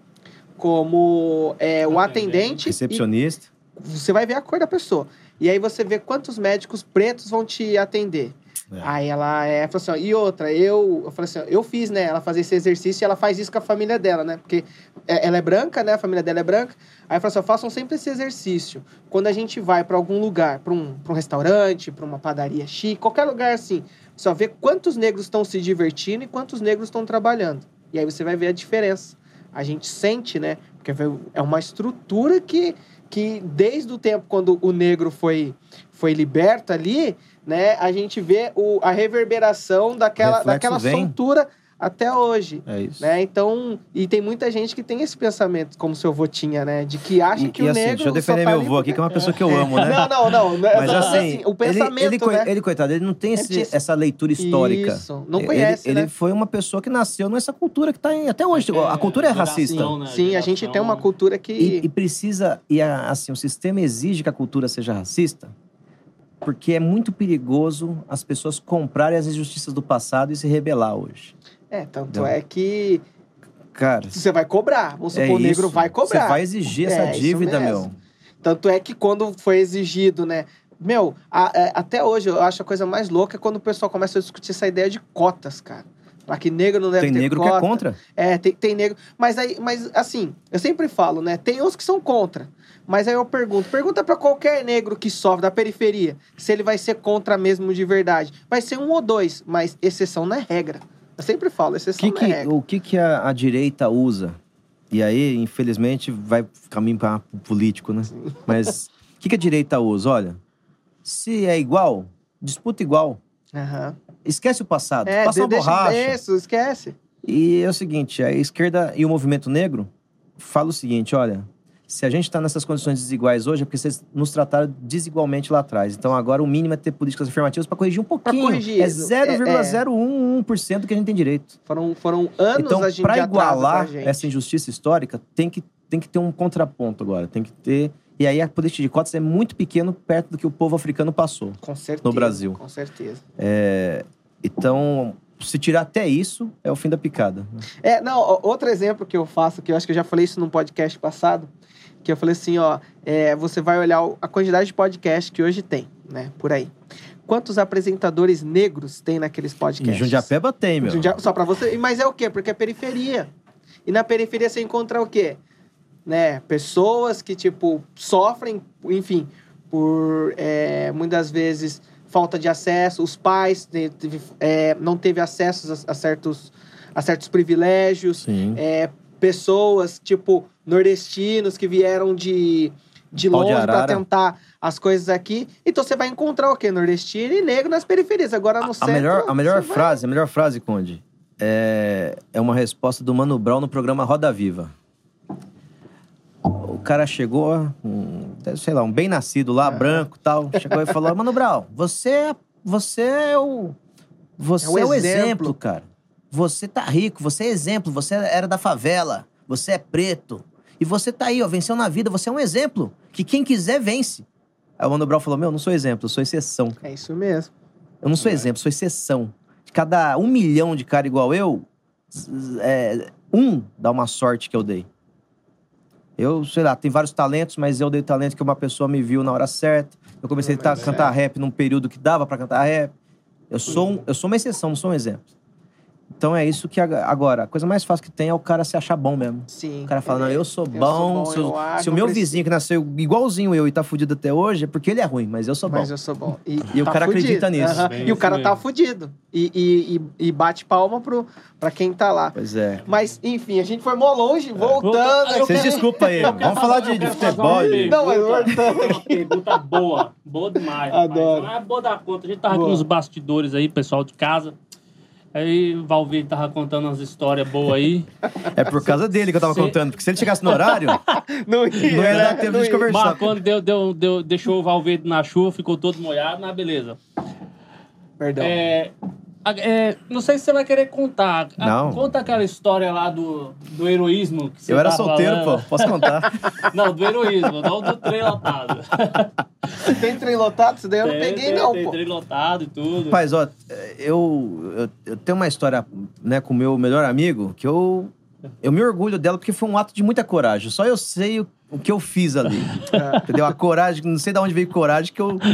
como o atendente... Recepcionista. Você vai ver a cor da pessoa. E aí você vê quantos médicos pretos vão te atender. Aí ela falou assim, e outra, eu falei assim, eu fiz, né, ela fazer esse exercício e ela faz isso com a família dela, né, porque ela é branca, né, a família dela é branca. Aí eu falei assim, façam sempre esse exercício. Quando a gente vai pra algum lugar, pra um restaurante, pra uma padaria chique, qualquer lugar assim, só vê quantos negros estão se divertindo e quantos negros estão trabalhando. E aí você vai ver a diferença. A gente sente, né, porque é uma estrutura que desde o tempo quando o negro foi liberto ali, né, a gente vê a reverberação daquela soltura até hoje. É isso. Né? Então, e tem muita gente que tem esse pensamento, como seu avô tinha, né? De que acha que o assim, negro... Deixa eu defender meu avô aqui, que é uma pessoa que eu amo, né? Não. Mas assim, o pensamento, né? Ele, coitado, ele não tem essa leitura histórica. Isso, não conhece, ele né? foi uma pessoa que nasceu nessa cultura que tá até hoje. A cultura é racista. Né? Sim, a gente tem uma cultura que... E precisa... assim, o sistema exige que a cultura seja racista, porque é muito perigoso as pessoas comprarem as injustiças do passado e se rebelar hoje. Tanto é que... Cara... Você vai cobrar. Vamos supor, o negro vai cobrar. Você vai exigir essa dívida, meu. Tanto é que quando foi exigido, né? Até hoje, eu acho a coisa mais louca é quando o pessoal começa a discutir essa ideia de cotas, cara. Lá que negro não deve ter cota. Tem negro que é contra. Tem negro... Mas assim, eu sempre falo, né? Tem uns que são contra. Mas aí eu pergunta pra qualquer negro que sofre da periferia se ele vai ser contra mesmo de verdade. Vai ser 1 ou 2, mas exceção não é regra. Eu sempre falo, exceção não é regra. O que a direita usa? E aí, infelizmente, vai caminho para político, né? Sim. Mas o que a direita usa? Olha, se é igual, disputa igual. Uhum. Esquece o passado. Passa uma borracha. Isso, esquece. E é o seguinte, a esquerda e o movimento negro fala o seguinte, olha... Se a gente está nessas condições desiguais hoje, é porque vocês nos trataram desigualmente lá atrás. Então, agora o mínimo é ter políticas afirmativas para corrigir um pouquinho. É 0,01% que a gente tem direito. Foram anos então, a gente para igualar essa injustiça histórica, tem que ter um contraponto agora. Tem que ter... E aí a política de cotas é muito pequeno perto do que o povo africano passou. Com certeza, no Brasil. Com certeza. Então... Se tirar até isso, é o fim da picada. Outro exemplo que eu faço, que eu acho que eu já falei isso num podcast passado, que eu falei assim, você vai olhar a quantidade de podcast que hoje tem, né, por aí. Quantos apresentadores negros tem naqueles podcasts? Em Jundiapeba tem, meu. Só pra você... Mas é o quê? Porque é periferia. E na periferia você encontra o quê? Né, pessoas que, sofrem, enfim, por, muitas vezes... falta de acesso, os pais não teve acesso a certos privilégios, pessoas, nordestinos que vieram de longe para tentar as coisas aqui. Então você vai encontrar o quê? Nordestino e negro nas periferias. Agora no centro... A melhor frase, Conde, é uma resposta do Mano Brown no programa Roda Viva. O cara chegou, um bem-nascido lá, branco e tal, chegou e falou, Mano Brown, você é o exemplo, cara. Você tá rico, você é exemplo, você era da favela, você é preto. E você tá aí, venceu na vida, você é um exemplo, que quem quiser vence. Aí o Mano Brown falou, eu não sou exemplo, eu sou exceção. É isso mesmo. Eu não sou exemplo, sou exceção. De cada 1 milhão de cara igual eu, dá uma sorte que eu dei. Eu, tem vários talentos, mas eu dei o talento que uma pessoa me viu na hora certa. Eu comecei a cantar rap num período que dava pra cantar rap. Eu sou uma exceção, não sou um exemplo. Então é isso que agora, a coisa mais fácil que tem é o cara se achar bom mesmo. Sim. O cara fala, não, eu sou bom. Se o meu vizinho que nasceu igualzinho eu e tá fudido até hoje, é porque ele é ruim, mas eu sou bom. Mas eu sou bom. E o cara acredita nisso. E o cara tá fudido. E bate palma pra quem tá lá. Pois é. Mas, enfim, a gente foi mó longe, voltando. Vocês desculpa aí. Vamos falar de futebol. Não, mas voltando. Uma pergunta boa. Boa demais. Adoro. Não é boa da conta. A gente tava aqui nos bastidores aí, pessoal de casa. Aí o Valverde tava contando umas histórias boas aí. É por causa dele que eu tava contando. Porque se ele chegasse no horário, não ia dar tempo de a gente conversar. Mas quando deixou o Valverde na chuva, ficou todo molhado, beleza. Perdão. Não sei se você vai querer contar. Não. Conta aquela história lá do heroísmo. Que você eu era tá solteiro, falando. pô. Posso contar? Não, do heroísmo, não do trem lotado. Tem trem lotado? Isso daí eu não peguei, não, tem pô. trem lotado e tudo. Rapaz, ó, eu tenho uma história, né, com o meu melhor amigo que eu me orgulho dela porque foi um ato de muita coragem. Só eu sei o que eu fiz ali. Entendeu? A coragem, não sei de onde veio coragem, que eu...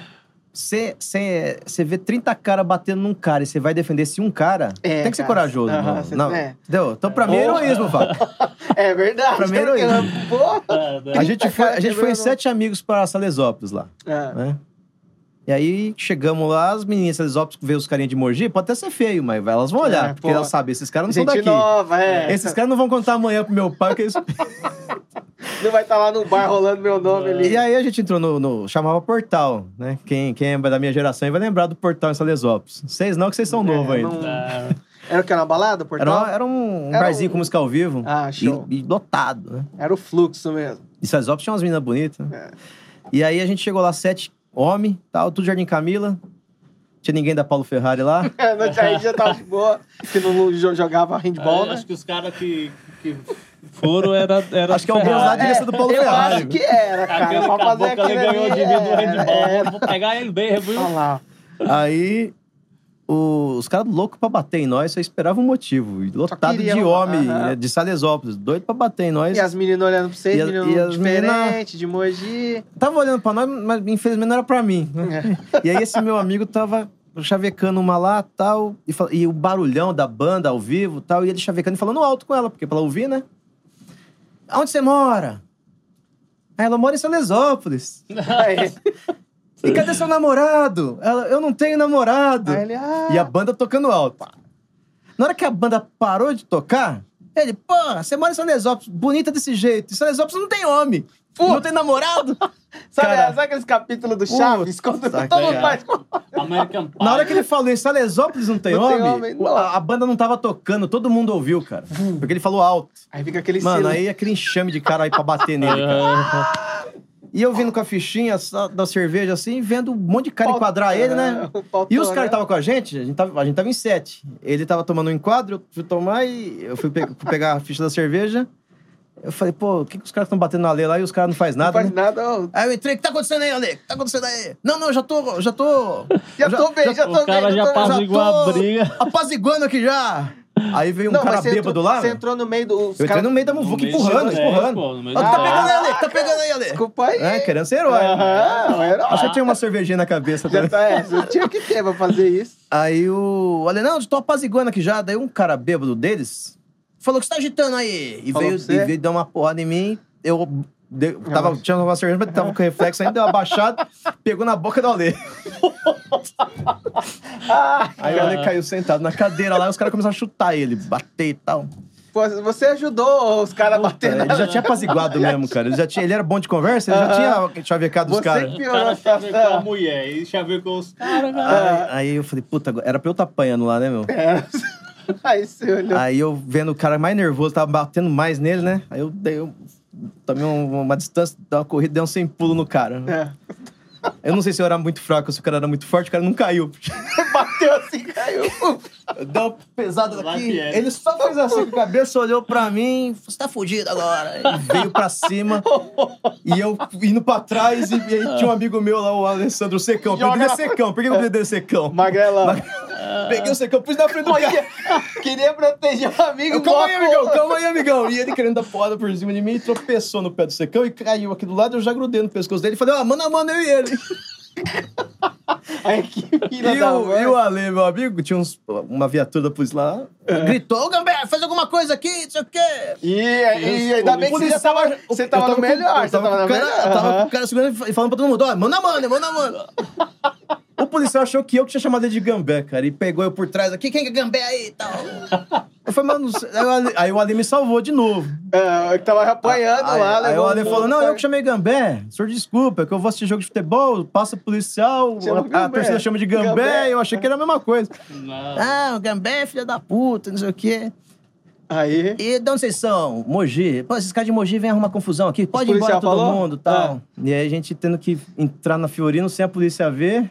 Você vê 30 caras batendo num cara e você vai defender esse um cara, tem que ser corajoso. Não, entendeu? Então, pra mim é heroísmo, Vaca. É verdade. Pra mim é heroísmo. A gente foi em 7 amigos pra Salesópolis lá. Né? E aí, chegamos lá, as meninas de Salesópolis veem os carinhas de Mogi, pode até ser feio, mas elas vão olhar, porque elas sabem, esses caras não são daqui. Nova, Esses caras não vão contar amanhã pro meu pai, que eles... Não vai estar lá no bar rolando meu nome ali. E aí a gente entrou chamava Portal, né? Quem é da minha geração vai lembrar do Portal em Salesópolis. Vocês não, que vocês são novos ainda. Era o que? Era uma balada, Portal? Era um barzinho com música ao vivo. Ah, show. E lotado, né? Era o fluxo mesmo. E Salesópolis tinha umas meninas bonitas. Né? E aí a gente chegou lá, 7 homens, tal, tudo Jardim Camila. Tinha ninguém da Paulo Ferrari lá. Aí já tava de boa, que não jogava handball, né? Acho que os caras que foram era acho que alguns lá devia ser do Paulo Ferrari. Eu acho que era, cara. Pra fazer aquele ele ganhou de mim do handball. Vou pegar ele bem, viu? Olha lá. Aí... Os caras loucos pra bater em nós, só esperavam um motivo. Lotado de homem, de Salesópolis, doido pra bater em nós. E as meninas olhando pra vocês, meninos diferentes, de Mogi. Tava olhando pra nós, mas infelizmente não era pra mim. Né? E aí esse meu amigo tava chavecando uma lá, tal, e o barulhão da banda ao vivo, tal, e ele chavecando e falando alto com ela, porque pra ela ouvir, né? Aonde você mora? Aí ela mora em Salesópolis. E cadê seu namorado? Ela, eu não tenho namorado. Aí ele, E a banda tocando alto. Na hora que a banda parou de tocar, ele, pô, você mora em Salesópolis, bonita desse jeito. Em Salesópolis não tem homem. Não tem namorado. Sabe aqueles capítulos do Chaves? Quando todo mundo faz... American Pie. Na hora que ele falou, em Salesópolis não tem homem, a banda não tava tocando, todo mundo ouviu, cara. Porque ele falou alto. Aí fica aquele Mano, aí aquele enxame de cara aí pra bater nele, cara. E eu vindo com a fichinha da cerveja assim, vendo um monte de cara enquadrar ele, né? E os caras que estavam com a gente tava em 7. Ele tava tomando um enquadro, eu fui tomar e eu fui pegar a ficha da cerveja. Eu falei, pô, o que os caras estão batendo na lei lá e os caras não fazem nada? Não faz nada, ó. Aí eu entrei, o que tá acontecendo aí, Ale? O que tá acontecendo aí? Não, já tô bem. O cara já apaziguou a briga. Apaziguando aqui já. Aí veio um cara bêbado lá. Você entrou no meio do... Eu entrei no meio da muvuca, empurrando. Tá pegando aí, Ale? Tá pegando aí, Ale? Desculpa aí. Querendo ser herói. Acho que tinha uma cervejinha na cabeça. Você tinha que ter pra fazer isso. Aí o Ale, não, tô apaziguando aqui já. Daí um cara bêbado deles falou que você tá agitando aí. E veio dar uma porrada em mim. Tinha uma cerveja, mas tava com reflexo ainda, deu uma baixada, pegou na boca do Ale. Aí o Ale caiu sentado na cadeira lá e os caras começaram a chutar ele, bater e tal. Pô, você ajudou os caras a bater. Ele já tinha apaziguado mesmo, cara. Ele era bom de conversa, ele já tinha chavecado os caras. O cara chavecou a mulher e chavecou os caras, cara. Aí eu falei, puta, era pra eu estar apanhando lá, né, meu? Aí você olhou. Aí eu vendo o cara mais nervoso, tava batendo mais nele, né? Aí eu tomei uma distância, dei uma corrida, dei um 100 pulo no cara. Eu não sei se eu era muito fraco ou se o cara era muito forte, o cara não caiu. Bateu assim, caiu. Deu uma pesada daqui. Ele só fez assim com a cabeça, olhou pra mim, você tá fugido agora. Ele veio pra cima e eu indo pra trás. E aí tinha um amigo meu lá, o Alessandro Secão. Peguei Secão. Por que eu peguei Secão? Magrelão. Peguei o Secão, pus na frente do cara. Queria proteger o amigo. Calma aí, amigão. E ele querendo dar porrada por cima de mim, tropeçou no pé do Secão e caiu aqui do lado. Eu já grudei no pescoço dele e falei, mano a mano, eu e ele. A equipe da van. E o Ale, meu amigo, tinha uma viatura da polícia lá, gritou, ô Gambé, faz alguma coisa aqui, não sei o quê. E ainda bem que você tava no melhor. Você tava no melhor. Tava com o cara segurando e falando pra todo mundo, ó, manda a mano. O policial achou que eu que tinha chamado ele de Gambé, cara, e pegou eu por trás aqui, quem que é Gambé aí e tal. Eu falei, mano, aí o Ale me salvou de novo. Eu tava apanhando lá. Aí o Ale falou, não, eu que chamei Gambé, senhor desculpa, que eu vou assistir jogo de futebol, passa policial, a torcida chama de Gambé, eu achei que era a mesma coisa. Não, o Gambé é filha da puta, não sei o quê. Aí? E de onde vocês são? Mogi. Pô, esses caras de Mogi vêm arrumar confusão aqui. Pode ir embora todo mundo e tal. E aí a gente tendo que entrar na Fiorino sem a polícia ver.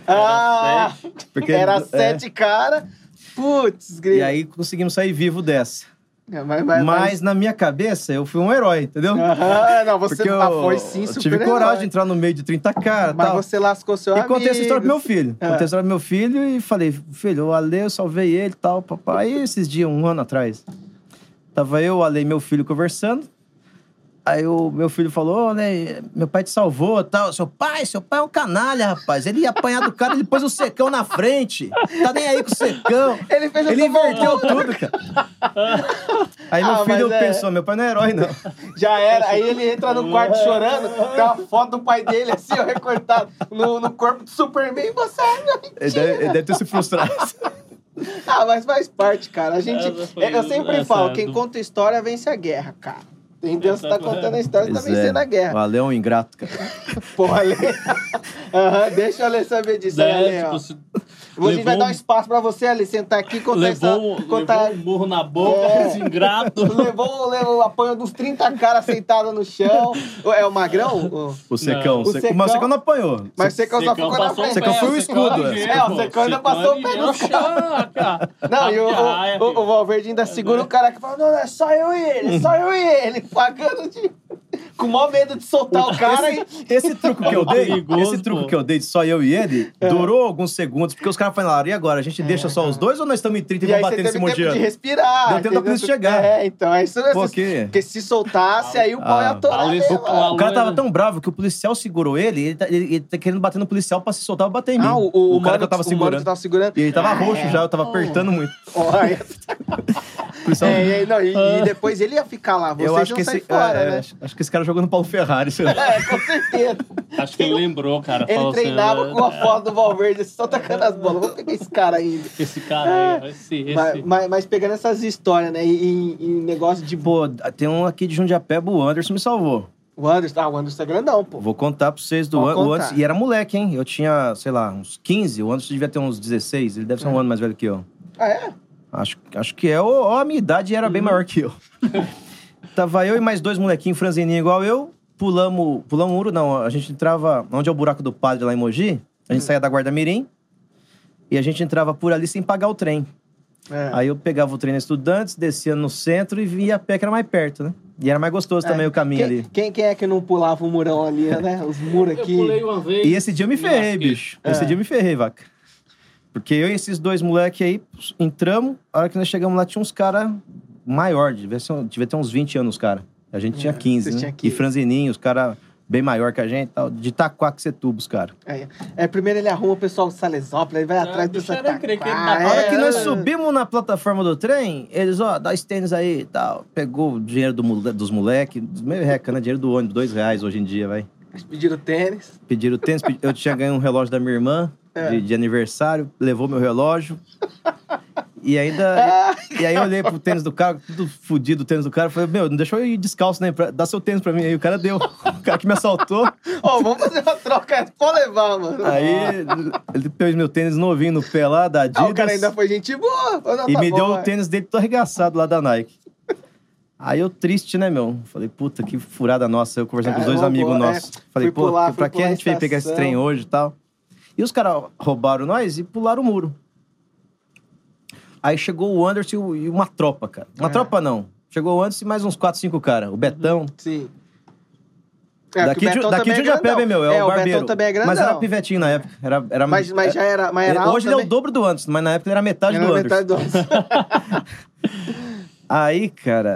Porque era 7 caras. Putz, grilo. E aí conseguimos sair vivo dessa. Mas na minha cabeça, eu fui um herói, entendeu? Não, você foi sim super tive coragem de entrar no meio de 30 caras e tal. Mas você lascou seu amigo. E contei essa história pro meu filho. Contei essa história pro meu filho e falei, filho, o Ale, eu salvei ele e tal, papai. Aí esses dias, 1 ano atrás, tava eu, o Ale e meu filho conversando. Aí o meu filho falou, né, meu pai te salvou e tal. Seu pai é um canalha, rapaz. Ele ia apanhar do cara, ele pôs o secão na frente. Tá nem aí com o secão. Ele inverteu tudo, cara. Aí meu filho pensou, meu pai não é herói, não. Já era. Aí ele entra no quarto chorando, tem uma foto do pai dele assim, ó, recortado no corpo do Superman. E você é mentira. Ele deve ter se frustrado. Mas faz parte, cara. A gente, eu sempre falo, quem conta história vence a guerra, cara. Entendeu? Você tá contando a história, você tá vencendo a guerra. O Ale é um ingrato, cara. Porra, Ale. Deixa o Ale saber disso, Ale. A gente vai dar um espaço pra você, Ale, sentar aqui e contar levou um burro na boca, esse ingrato. Levou o apanho dos 30 caras sentados no chão. É o Magrão? O Secão. Mas o Secão não apanhou. Mas o Secão só ficou na frente. O Secão foi o escudo. O Secão ainda passou o pé no chão. Não, e o Valverde ainda segura o cara que fala, não, é só eu e ele. Pagando de... Com o maior medo de soltar o cara. Esse truque que eu dei de só eu e ele, durou alguns segundos, porque os caras falaram, e agora? A gente deixa só os dois ou nós estamos em 30 e vamos bater nesse monte de ano? De respirar. Deu tempo da polícia chegar. Então é isso mesmo. Porque se soltasse, aí o pau ia atorar. O cara tava tão bravo que o policial segurou ele tá querendo bater no policial pra se soltar, pra bater em mim. O cara que eu tava segurando. E ele tava roxo já, eu tava apertando muito. E depois ele ia ficar lá, vocês iam sair fora, né? Acho que esse cara jogou no Paulo Ferrari. Com certeza. Acho que ele lembrou, cara. Ele treinava com a foto do Valverde, só tacando as bolas. Vou pegar esse cara ainda. Esse cara aí, esse. Mas pegando essas histórias, né? E negócio de... Pô, tem um aqui de Jundiapeba, o Anderson me salvou. O Anderson é grandão, pô. Vou contar pra vocês do Anderson. E era moleque, hein? Eu tinha, sei lá, uns 15. O Anderson devia ter uns 16. Ele deve ser um ano mais velho que eu. É? Acho que é. Ou a minha idade era bem maior que eu. Tava eu e mais 2 molequinhos franzininhos igual eu. Pulamos o muro, não. A gente entrava... Onde é o buraco do padre lá em Mogi. A gente saía da Guarda-Mirim. E a gente entrava por ali sem pagar o trem. Aí eu pegava o trem na Estudantes, descia no centro e vinha a pé, que era mais perto, né? E era mais gostoso também o caminho ali. Quem é que não pulava o murão ali, né? Os muros aqui. Eu pulei uma vez. E esse dia eu me ferrei, bicho. Esse dia eu me ferrei, vaca. Porque eu e esses 2 moleques aí entramos. A hora que nós chegamos lá, tinha uns caras maiores. Devia ter uns 20 anos, os caras. A gente tinha 15, né? Tinha 15. E franzininho, os caras bem maior que a gente, tal, de Itaquaquecetuba, os caras. Primeiro ele arruma o pessoal do Salesópolis, ele vai atrás do Itaquá. A hora que nós subimos na plataforma do trem, eles, dá os tênis aí e tal. Pegou o dinheiro dos moleques, meio reca, né? Dinheiro do ônibus, R$2 hoje em dia, vai. Eles pediram tênis. Eu tinha ganho um relógio da minha irmã, de aniversário, levou meu relógio. E aí eu olhei pro tênis do cara, tudo fudido o tênis do cara. Falei, não deixa eu ir descalço, né? Dá seu tênis pra mim. Aí o cara deu. O cara que me assaltou. Vamos fazer uma troca. Pode levar, mano. Aí ele pôs meu tênis novinho no pé lá, da Adidas. O cara ainda foi gente boa. E me deu o tênis dele todo arregaçado lá da Nike. Aí eu triste, né, meu? Falei, puta, que furada nossa. Eu conversando com os 2 amigos nossos. Falei, pra que a gente veio pegar esse trem hoje e tal? E os caras roubaram nós e pularam o muro. Aí chegou o Anderson e uma tropa, cara. Uma tropa não. Chegou o Anderson e mais uns 4, 5 caras. O Betão. Sim. Daqui de Jundiapeba, meu. É o barbeiro. Betão também é grandão. Mas era pivetinho na época. Mas já era alto. Hoje ele é o dobro do Anderson, mas na época ele era metade do Anderson. Aí, cara...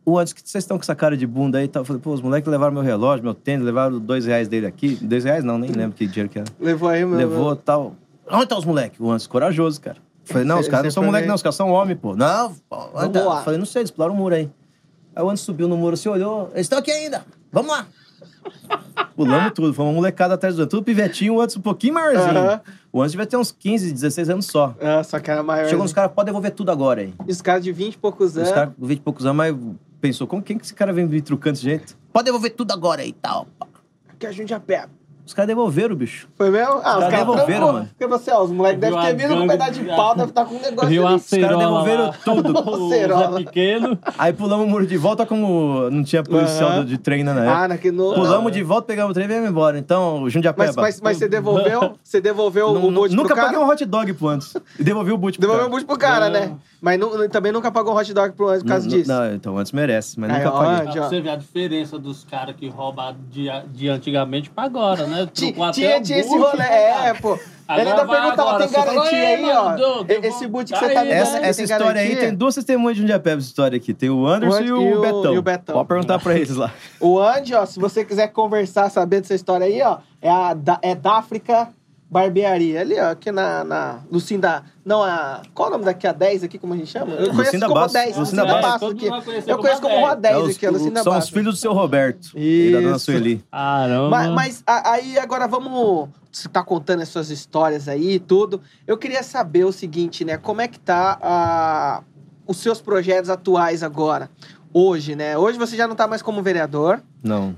o Anderson, que vocês estão com essa cara de bunda aí e tal. Eu falei, pô, os moleques levaram meu relógio, meu tênis, levaram R$2 dele aqui. R$2 não, nem lembro que dinheiro que era. Levou aí, meu. Levou e tal. Onde tá os moleques? O Anderson, corajoso, cara. Eu falei, não, os caras não são moleques, não, os caras são homens, pô. Não, vamos lá. Eu falei, não sei, explora o muro aí. Aí o Anderson subiu no muro, se olhou, eles estão aqui ainda, vamos lá. Pulamos tudo, foi uma molecada atrás do Anderson. Tudo pivetinho, o Anderson um pouquinho maiorzinho. O Anderson devia ter uns 15, 16 anos só. Só que era maior. Chegou uns caras, pode devolver tudo agora aí. E os caras de 20 e poucos anos. Os caras de 20 e poucos anos, mas pensou, quem que esse cara vem me trucando desse jeito? Pode devolver tudo agora aí e tal. Que a gente já pega. Os caras devolveram, bicho. Foi mesmo? Os caras devolveram, mano. Porque você, os moleques devem ter vindo com um pedaço de pau, deve estar com um negócio ali. Os caras devolveram tudo. O Zé Pequeno. Aí pulamos o muro de volta, como não tinha policial de treino na época. Pulamos de volta, pegamos o trem e viemos embora. Então, Jundiapeba. Mas você devolveu? Você devolveu o boot pro cara? Nunca paguei um hot dog pro Anderson. E devolvi o boot pro cara. Devolveu o boot pro cara, né? Mas também nunca pagou um hot dog pro Anderson por causa disso. Não, então o Anderson merece, mas nunca paguei. Pra você ver a diferença dos caras que roubam de antigamente pra agora, né? Tinha esse rolê, pô. Ele ainda perguntava, tem garantia aí, ó? Esse boot que você tá me dando aí, essa história aí, tem duas testemunhas de Jundiapeba, essa história aqui. Tem o Anderson e o Betão. Pode perguntar pra eles lá. O Andy, ó, se você quiser conversar, saber dessa história aí, ó, é da África Barbearia. Ali, ó, aqui na Lucinda... Não, qual é o nome daqui? A 10 aqui, como a gente chama? Eu conheço como 10. Lucinda Basso aqui. Eu conheço como uma 10 aqui, a Lucinda Basso. São os filhos do seu Roberto e da dona Sueli. Caramba. Mas aí agora vamos... Você tá contando as suas histórias aí e tudo. Eu queria saber o seguinte, né? Como é que tá os seus projetos atuais agora? Hoje, né? Hoje você já não tá mais como vereador. Não.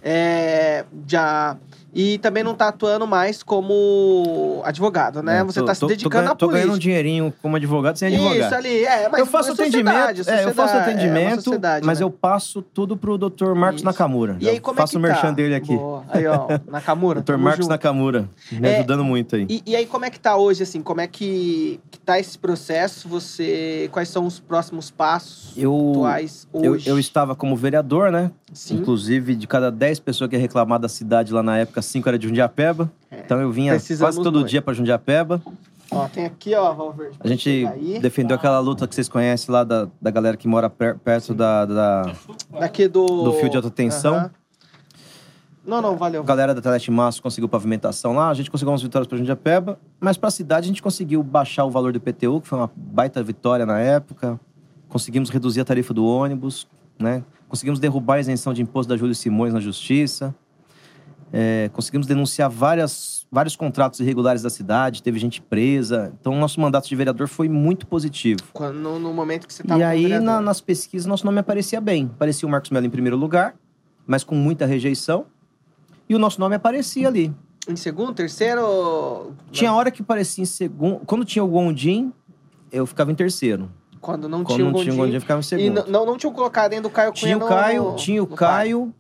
E também não tá atuando mais como advogado, né? Você tá se dedicando à política. Tô ganhando um dinheirinho como advogado sem advogado. Isso ali, mas eu faço atendimento, eu faço atendimento, mas né? eu passo tudo pro Dr. Marcos Nakamura. E aí, como faço é que o merchan dele aqui. Boa. Aí, ó, Nakamura. Dr. Marcos Nakamura, me ajudando muito aí. E aí, como é que tá hoje, assim? Como é que tá esse processo? Quais são os próximos passos atuais hoje? Eu estava como vereador, né? Sim. Inclusive, de cada 10 pessoas que ia reclamar da cidade lá na época, 5 era de Jundiapeba. Então eu vinha quase todo dia pra Jundiapeba. Ó, tem aqui, ó, Valverde. A gente defendeu aquela luta que vocês conhecem lá da galera que mora perto daqui do fio de alta tensão. Não, valeu. A galera da Telete Maço conseguiu pavimentação lá, a gente conseguiu umas vitórias pra Jundiapeba, mas pra cidade a gente conseguiu baixar o valor do IPTU, que foi uma baita vitória na época. Conseguimos reduzir a tarifa do ônibus, né? Conseguimos derrubar a isenção de imposto da Júlio Simões na justiça. Conseguimos denunciar vários contratos irregulares da cidade, teve gente presa. Então, o nosso mandato de vereador foi muito positivo. No momento que você estava E aí, nas pesquisas, nosso nome aparecia bem. Aparecia o Marcos Mello em primeiro lugar, mas com muita rejeição. E o nosso nome aparecia ali. Em segundo, terceiro? Tinha hora que aparecia em segundo. Quando tinha o Gondim, eu ficava em terceiro. Quando não tinha o Gondim, eu ficava em segundo. E não tinha colocado dentro do Caio Cunha Tinha o Caio.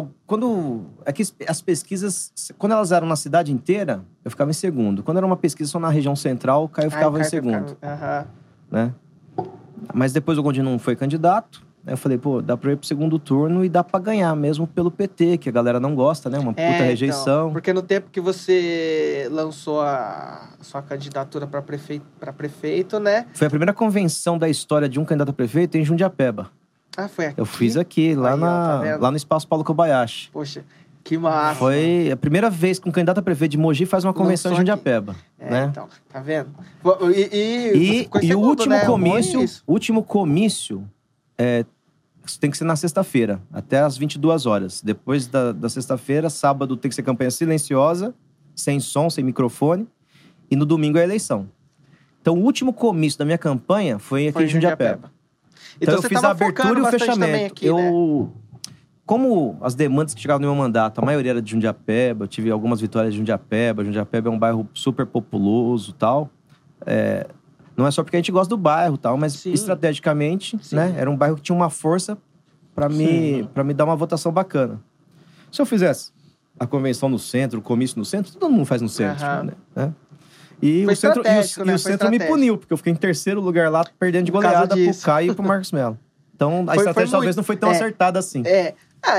As pesquisas, quando elas eram na cidade inteira, eu ficava em segundo. Quando era uma pesquisa só na região central, o Caio ficava em segundo. Né? Mas depois o Gondim não foi candidato. Aí eu falei, pô, dá pra ir pro segundo turno e dá pra ganhar, mesmo pelo PT, que a galera não gosta, né? Uma puta rejeição. Então, porque no tempo que você lançou a sua candidatura pra prefeito, né? Foi a primeira convenção da história de um candidato a prefeito em Jundiapeba. Foi aqui? Eu fiz aqui, lá no Espaço Paulo Kobayashi. Poxa, que massa. Foi a primeira vez que um candidato a prefeito de Mogi faz uma convenção em Jundiapeba. Né? Então, tá vendo? E o último comício tem que ser na sexta-feira, até às 22 horas. Depois da sexta-feira, sábado tem que ser campanha silenciosa, sem som, sem microfone. E no domingo é a eleição. Então, o último comício da minha campanha foi aqui em Jundiapeba. Então eu fiz a abertura e o fechamento. Aqui, né? Como as demandas que chegavam no meu mandato, a maioria era de Jundiapeba, eu tive algumas vitórias de Jundiapeba. Jundiapeba é um bairro super populoso e tal. Não é só porque a gente gosta do bairro e tal, mas estrategicamente, né? Era um bairro que tinha uma força pra me dar uma votação bacana. Se eu fizesse a convenção no centro, o comício no centro, todo mundo faz no centro, né? E o centro me puniu, porque eu fiquei em terceiro lugar lá, perdendo de goleada pro Caio e pro Marcos Mello. Então, a estratégia talvez não foi tão acertada assim.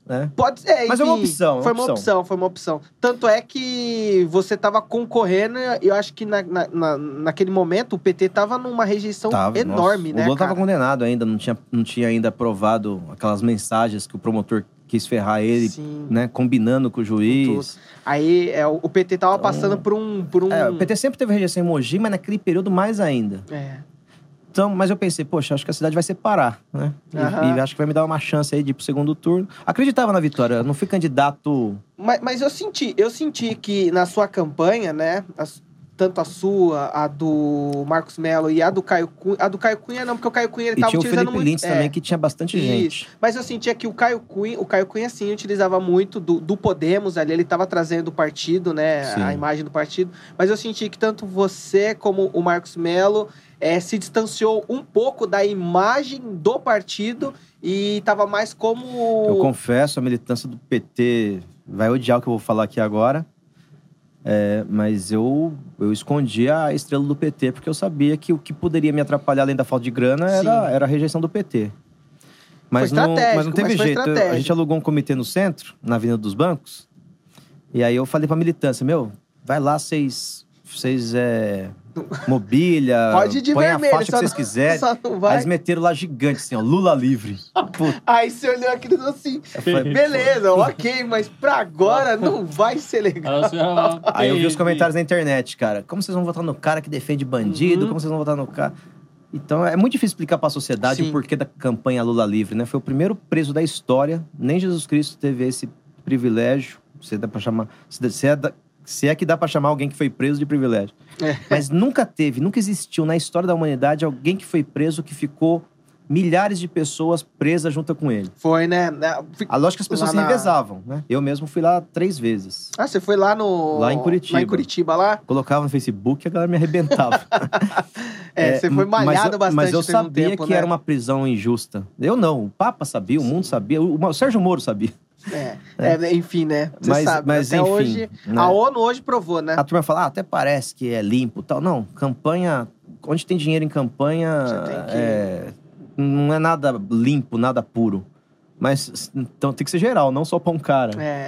né? Pode ser, Mas é uma opção. Foi uma opção. Tanto é que você tava concorrendo, eu acho que naquele momento o PT tava numa rejeição enorme, nossa, né, o Lula tava condenado ainda, não tinha ainda aprovado aquelas mensagens que o promotor quis ferrar ele, né, combinando com o juiz. Aí o PT tava passando por um... o PT sempre teve rejeição em Mogi, mas naquele período mais ainda. Então, mas eu pensei, poxa, acho que a cidade vai separar, né? E acho que vai me dar uma chance aí de ir pro segundo turno. Acreditava na vitória, eu não fui candidato... Mas eu senti que na sua campanha, né? Tanto a sua, a do Marcos Mello e a do Caio Cunha... A do Caio Cunha não, porque o Caio Cunha ele tava utilizando muito... E tinha o Felipe Lintz também, que tinha bastante gente. Mas eu sentia que o Caio Cunha, sim, utilizava muito do Podemos ali. Ele tava trazendo o partido, né? Sim. A imagem do partido. Mas eu senti que tanto você como o Marcos Mello... se distanciou um pouco da imagem do partido e estava mais como... Eu confesso, a militância do PT vai odiar o que eu vou falar aqui agora, mas eu escondi a estrela do PT porque eu sabia que o que poderia me atrapalhar além da falta de grana era a rejeição do PT. Mas não teve jeito. A gente alugou um comitê no centro, na Avenida dos Bancos, e aí eu falei pra militância, vai lá, vocês mobília, põe a faixa que vocês quiserem. Aí eles meteram lá gigante, assim, ó, Lula livre. Aí você olhou aquilo assim, beleza, ok, mas pra agora não vai ser legal. Aí eu vi os comentários na internet, cara. Como vocês vão votar no cara que defende bandido? Como vocês vão votar no cara... Então, é muito difícil explicar pra sociedade o porquê da campanha Lula livre, né? Foi o primeiro preso da história. Nem Jesus Cristo teve esse privilégio. Se dá pra chamar... Se é que dá pra chamar alguém que foi preso de privilégio. Mas nunca existiu na história da humanidade alguém que foi preso que ficou milhares de pessoas presas junto com ele. Foi, né? A lógica que as pessoas se revezavam, né? Eu mesmo fui lá 3 vezes. Ah, você foi lá Lá em Curitiba. Lá em Curitiba, lá? Colocava no Facebook e a galera me arrebentava. Você foi malhado bastante. Mas eu sabia que era uma prisão injusta. Eu não. O Papa sabia, o mundo sabia. O Sérgio Moro sabia. Enfim, né? Você sabe. Mas até enfim, hoje, né? A ONU hoje provou, né? A turma fala, até parece que é limpo e tal. Não, campanha... Onde tem dinheiro em campanha, não é nada limpo, nada puro. Mas então tem que ser geral, não só pra um cara.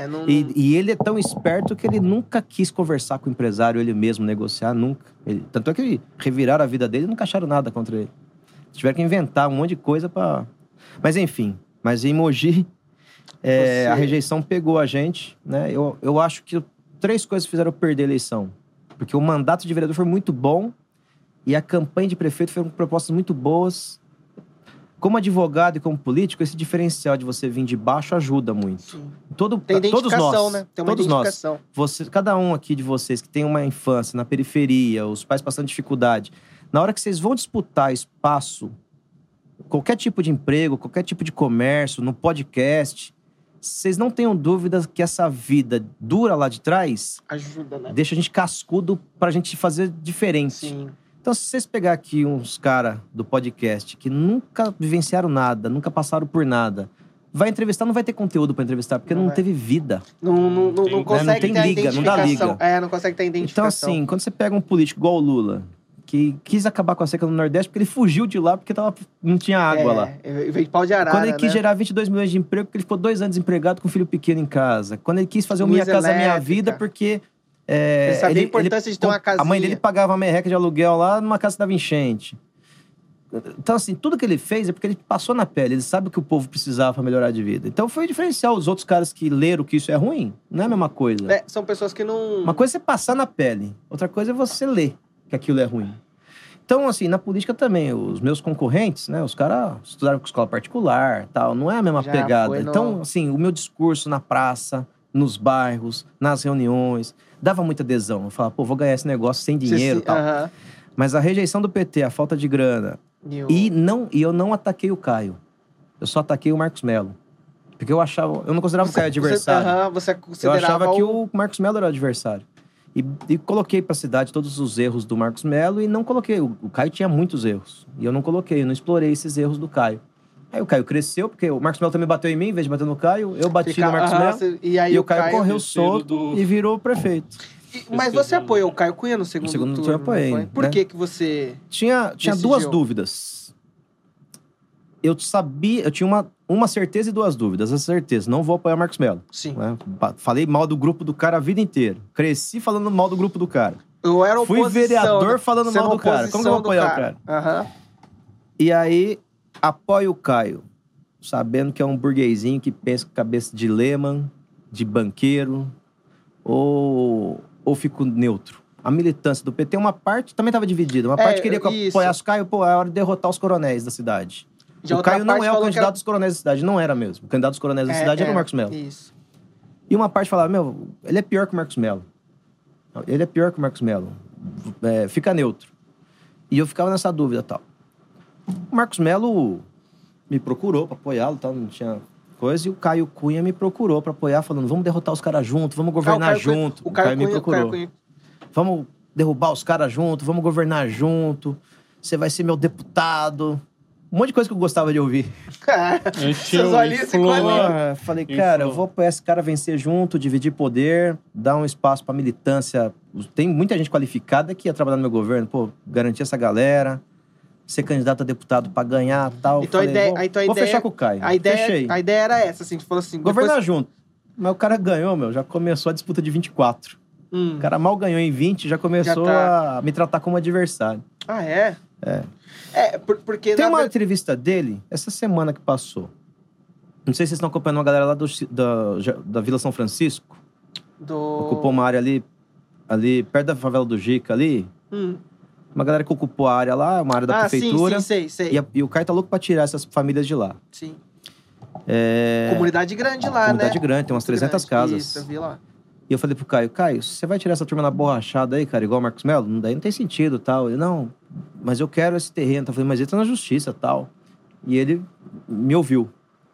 E ele é tão esperto que ele nunca quis conversar com o empresário, ele mesmo, negociar, nunca. Tanto é que reviraram a vida dele e nunca acharam nada contra ele. Tiveram que inventar um monte de coisa pra... Mas enfim, em Mogi... A rejeição pegou a gente, né? Eu acho que 3 coisas fizeram eu perder a eleição. Porque o mandato de vereador foi muito bom e a campanha de prefeito foi com propostas muito boas. Como advogado e como político, esse diferencial de você vir de baixo ajuda muito. Tem todos nós, né? Tem uma todos identificação. Nós. Cada um aqui de vocês que tem uma infância na periferia, os pais passando dificuldade, na hora que vocês vão disputar espaço, qualquer tipo de emprego, qualquer tipo de comércio, no podcast... Vocês não tenham dúvidas que essa vida dura lá de trás... Ajuda, né? Deixa a gente cascudo pra gente fazer diferente. Sim. Então, se vocês pegar aqui uns caras do podcast que nunca vivenciaram nada, nunca passaram por nada... Vai entrevistar, não vai ter conteúdo pra entrevistar, porque não teve vida. Não consegue ter a liga, não dá liga. Não consegue ter a identificação. Então, assim, quando você pega um político igual o Lula... que quis acabar com a seca no Nordeste porque ele fugiu de lá porque não tinha água lá. Veio de pau de arara, quando ele quis gerar 22 milhões de emprego porque ele ficou 2 anos desempregado com um filho pequeno em casa. Quando ele quis fazer o Minha Casa Minha Vida porque... ele sabia a importância de ter uma casinha. A mãe dele pagava uma merreca de aluguel lá numa casa que dava enchente. Então, assim, tudo que ele fez é porque ele passou na pele. Ele sabe o que o povo precisava pra melhorar de vida. Então, foi diferencial. Os outros caras que leram que isso é ruim, não é a mesma coisa. São pessoas que não... Uma coisa é você passar na pele. Outra coisa é você ler que aquilo é ruim. Então, assim, na política também, os meus concorrentes, né, os caras estudaram com escola particular, tal, não é a mesma pegada. Então, assim, o meu discurso na praça, nos bairros, nas reuniões, dava muita adesão. Eu falava, vou ganhar esse negócio sem dinheiro e tal. Mas a rejeição do PT, a falta de grana, e eu não ataquei o Caio. Eu só ataquei o Marcos Mello. Porque eu não considerava o Caio adversário. Eu achava que o Marcos Mello era o adversário. E coloquei pra cidade todos os erros do Marcos Mello e não coloquei. O Caio tinha muitos erros. E eu não coloquei, eu não explorei esses erros do Caio. Aí o Caio cresceu, porque o Marcos Mello também bateu em mim, em vez de bater no Caio. Eu bati no Marcos Mello. E o Caio correu solto e virou prefeito. Mas você apoiou o Caio Cunha no segundo turno? No segundo turno eu apoiei. Por que você Tinha 2 dúvidas. eu sabia, eu tinha uma certeza e duas dúvidas. A certeza, não vou apoiar o Marcos Melo. Sim. Né? Falei mal do grupo do cara a vida inteira. Cresci falando mal do grupo do cara. Eu era oposição. Fui vereador falando mal do cara. Como que eu vou apoiar o cara? Aham. E aí, apoio o Caio, sabendo que é um burguesinho que pensa com cabeça de Lehman, de banqueiro, ou fico neutro. A militância do PT, uma parte também estava dividida. Uma parte queria que eu apoiasse o Caio, pô, é hora de derrotar os coronéis da cidade. O Caio não é o candidato dos coronéis da cidade, não era mesmo. O candidato dos coronéis da cidade era o Marcos Melo. Isso. E uma parte falava, meu, ele é pior que o Marcos Melo. Ele é pior que o Marcos Melo. Fica neutro. E eu ficava nessa dúvida e tal. O Marcos Melo me procurou pra apoiá-lo, tal, não tinha coisa. E o Caio Cunha me procurou pra apoiar, falando, vamos derrotar os caras juntos, vamos governar junto. O Caio me procurou. Vamos derrubar os caras junto, vamos governar junto. Você vai ser meu deputado. Um monte de coisa que eu gostava de ouvir. Seus olhinhos ficou ali. Falei, cara, eu vou apoiar esse cara, vencer junto, dividir poder, dar um espaço pra militância. Tem muita gente qualificada que ia trabalhar no meu governo. Pô, garantir essa galera, ser candidato a deputado pra ganhar e tal. Então, falei, vou fechar com o Caio. A ideia era essa, assim, tipo assim... Governar junto. Mas o cara ganhou, meu, já começou a disputa de 24. O cara mal ganhou em 20, já começou a me tratar como adversário. Ah, é? Porque... Tem uma entrevista dele, essa semana que passou. Não sei se vocês estão acompanhando uma galera lá da Vila São Francisco. Ocupou uma área ali perto da favela do Jica, ali. Uma galera que ocupou a área lá, uma área da prefeitura. Sim, sei. E o Caio tá louco pra tirar essas famílias de lá. Sim. Comunidade grande lá, Comunidade grande, tem umas 300 casas. Isso, eu vi lá. E eu falei pro Caio, você vai tirar essa turma na borrachada aí, cara, igual o Marcos Melo? Daí não tem sentido, tal. Ele, não, mas eu quero esse terreno. Eu falei, mas ele tá na justiça, tal. E ele me ouviu.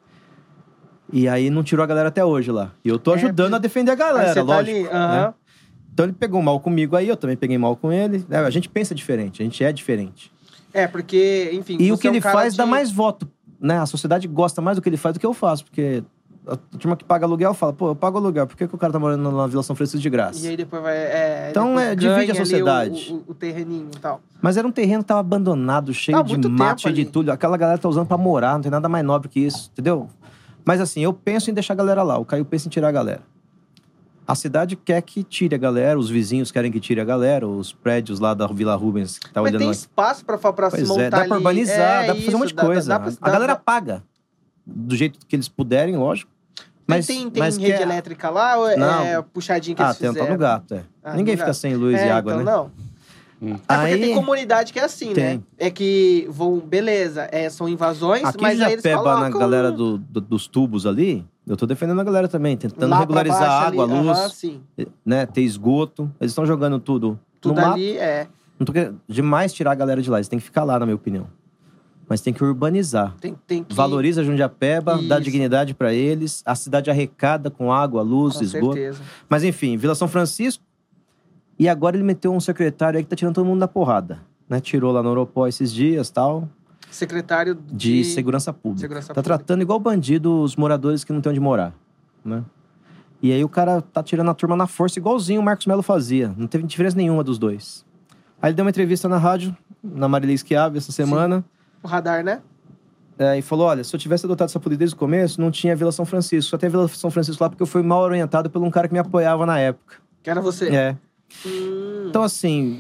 E aí não tirou a galera até hoje lá. E eu tô ajudando a defender a galera, lógico. Né? Então ele pegou mal comigo aí, eu também peguei mal com ele. A gente pensa diferente, a gente é diferente. Porque, enfim... E o que ele faz dá mais voto, né? A sociedade gosta mais do que ele faz do que eu faço, porque... A turma que paga aluguel fala, pô, eu pago aluguel, por que o cara tá morando na Vila São Francisco de graça? E aí depois vai... Então divide a sociedade. O terreninho e tal. Mas era um terreno que tava abandonado, cheio de mato, cheio de entulho. Aquela galera tá usando pra morar, não tem nada mais nobre que isso, entendeu? Mas assim, eu penso em deixar a galera lá, o Caio pensa em tirar a galera. A cidade quer que tire a galera, os vizinhos querem que tire a galera, os prédios lá da Vila Rubens que tá olhando. Mas tem espaço pra se montar ali. Dá pra urbanizar, dá pra fazer um monte de coisa. A galera paga, do jeito que eles puderem, lógico. Mas tem rede elétrica lá ou é puxadinho que eles fizeram? Tem um tal do gato, Ninguém fica sem luz e água, então né? Não. Porque tem comunidade que é assim, né? É que vão, beleza, são invasões, aqui mas aí eles colocam... na galera dos tubos ali, eu tô defendendo a galera também, tentando regularizar a água, a luz, né? Ter esgoto. Eles estão jogando tudo no mato. Ali, Não tô querendo demais tirar a galera de lá, eles têm que ficar lá, na minha opinião. Mas tem que urbanizar. Tem que... Valoriza Jundiapeba, dá dignidade pra eles. A cidade arrecada com água, luz, esgoto. Certeza. Mas enfim, Vila São Francisco. E agora ele meteu um secretário aí que tá tirando todo mundo da porrada. Né? Tirou lá no Europol esses dias e tal. Secretário de Segurança Pública. Tá tratando igual bandido os moradores que não tem onde morar. Né? E aí o cara tá tirando a turma na força, igualzinho o Marcos Melo fazia. Não teve diferença nenhuma dos dois. Aí ele deu uma entrevista na rádio, na Marília Schiavi, essa semana. Sim. O radar, né? E falou, olha, se eu tivesse adotado essa política desde o começo, não tinha Vila São Francisco. Só tem Vila São Francisco lá porque eu fui mal orientado por um cara que me apoiava na época. Que era você? Então, assim,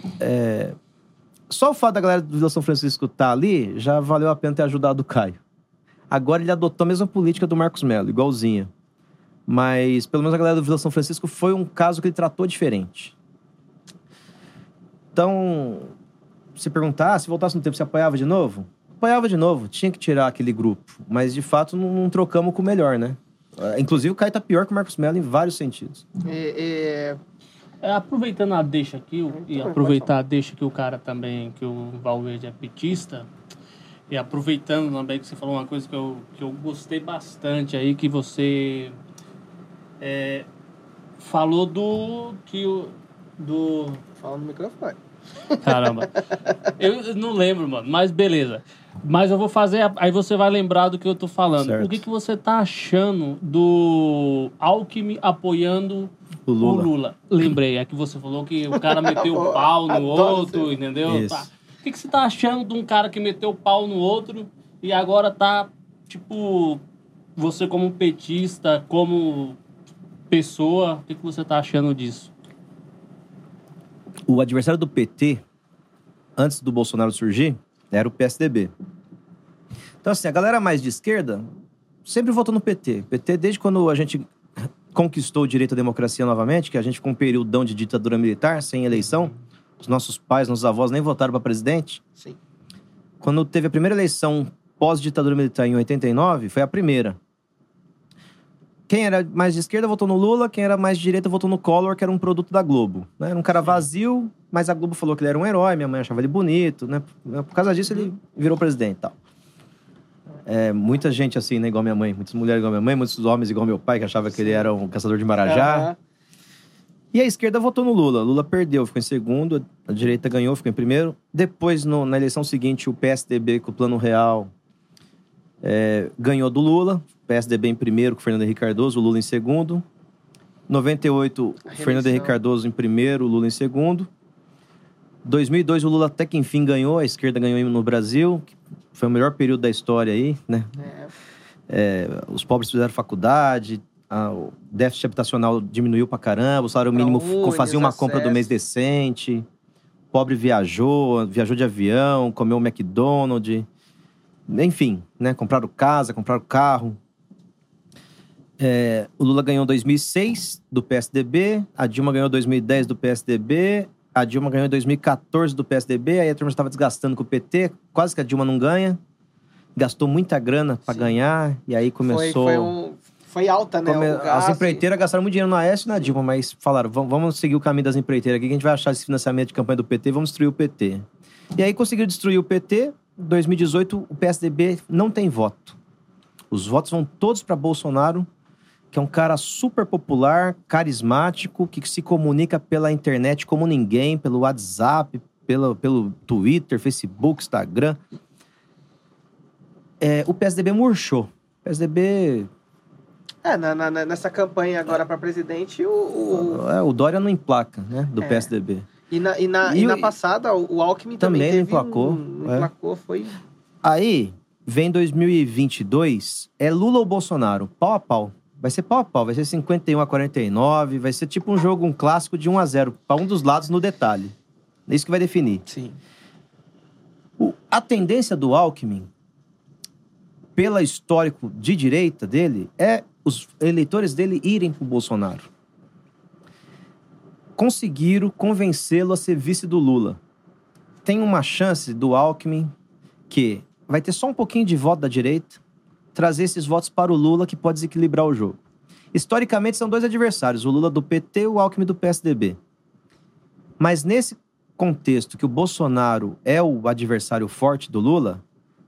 só o fato da galera do Vila São Francisco estar ali, já valeu a pena ter ajudado o Caio. Agora ele adotou a mesma política do Marcos Melo, igualzinha. Mas, pelo menos a galera do Vila São Francisco foi um caso que ele tratou diferente. Então, se perguntar, se voltasse no tempo, você apoiava de novo? Apoiava de novo, tinha que tirar aquele grupo. Mas, de fato, não trocamos com o melhor, né? Inclusive, o Caio tá pior que o Marcos Melo em vários sentidos. Aproveitando a deixa aqui, aproveitar a deixa que o cara também, que o Valverde é petista, e aproveitando também que você falou uma coisa que eu gostei bastante aí, que você falou Fala no microfone. Caramba. Eu não lembro, mano, mas beleza. Mas eu vou fazer, aí você vai lembrar do que eu tô falando. Certo. O que você tá achando do Alckmin apoiando o Lula? Lembrei, é que você falou que o cara meteu o pau no outro, entendeu? Tá. O que você tá achando de um cara que meteu o pau no outro E agora tá, tipo, você como petista, como pessoa, o que você tá achando disso? O adversário do PT, antes do Bolsonaro surgir, era o PSDB. Então, assim, a galera mais de esquerda sempre votou no PT. PT, desde quando a gente conquistou o direito à democracia novamente, que a gente ficou um período de ditadura militar, sem eleição, os nossos pais, nossos avós nem votaram para presidente. Sim. Quando teve a primeira eleição pós-ditadura militar em 89, foi a primeira. Quem era mais de esquerda votou no Lula, quem era mais de direita votou no Collor, que era um produto da Globo. Né? Era um cara vazio, mas a Globo falou que ele era um herói, minha mãe achava ele bonito, né? Por causa disso ele virou presidente e tal. Muita gente assim, né, igual minha mãe, muitas mulheres igual minha mãe, muitos homens igual meu pai, que achava que ele era um caçador de marajá. E a esquerda votou no Lula. Lula perdeu, ficou em segundo, a direita ganhou, ficou em primeiro. Depois, na eleição seguinte, o PSDB, com o Plano Real, ganhou do Lula. O PSDB em primeiro, com o Fernando Henrique Cardoso, o Lula em segundo. 98, Fernando Henrique Cardoso em primeiro, o Lula em segundo. 2002, o Lula até que enfim ganhou, a esquerda ganhou no Brasil. Foi o melhor período da história aí, né? Os pobres fizeram faculdade, o déficit habitacional diminuiu pra caramba, o salário mínimo fazia uma compra do mês decente, o pobre viajou de avião, comeu um McDonald's, enfim, né? Compraram casa, compraram carro. O Lula ganhou em 2006 do PSDB, a Dilma ganhou em 2010 do PSDB, a Dilma ganhou em 2014 do PSDB, aí a turma estava desgastando com o PT, quase que a Dilma não ganha. Gastou muita grana para ganhar, e aí começou... Foi alta, né? As empreiteiras gastaram muito dinheiro na Aécio e na Dilma, mas falaram, vamos seguir o caminho das empreiteiras aqui, que a gente vai achar esse financiamento de campanha do PT, vamos destruir o PT. E aí conseguiram destruir o PT. Em 2018, o PSDB não tem voto. Os votos vão todos para Bolsonaro, que é um cara super popular, carismático, que se comunica pela internet como ninguém, pelo WhatsApp, pelo Twitter, Facebook, Instagram. O PSDB murchou. O PSDB... nessa campanha agora para presidente, o Dória não emplaca, né, do PSDB. E na passada, o Alckmin também não emplacou. Não emplacou, foi... Aí, vem 2022, é Lula ou Bolsonaro? Pau a pau. Vai ser pau a pau, vai ser 51-49, vai ser tipo um clássico de 1-0, para um dos lados no detalhe. É isso que vai definir. Sim. A tendência do Alckmin, pelo histórico de direita dele, é os eleitores dele irem pro Bolsonaro. Conseguiram convencê-lo a ser vice do Lula. Tem uma chance do Alckmin que vai ter só um pouquinho de voto da direita, trazer esses votos para o Lula, que pode desequilibrar o jogo. Historicamente, são dois adversários, o Lula do PT e o Alckmin do PSDB. Mas nesse contexto que o Bolsonaro é o adversário forte do Lula,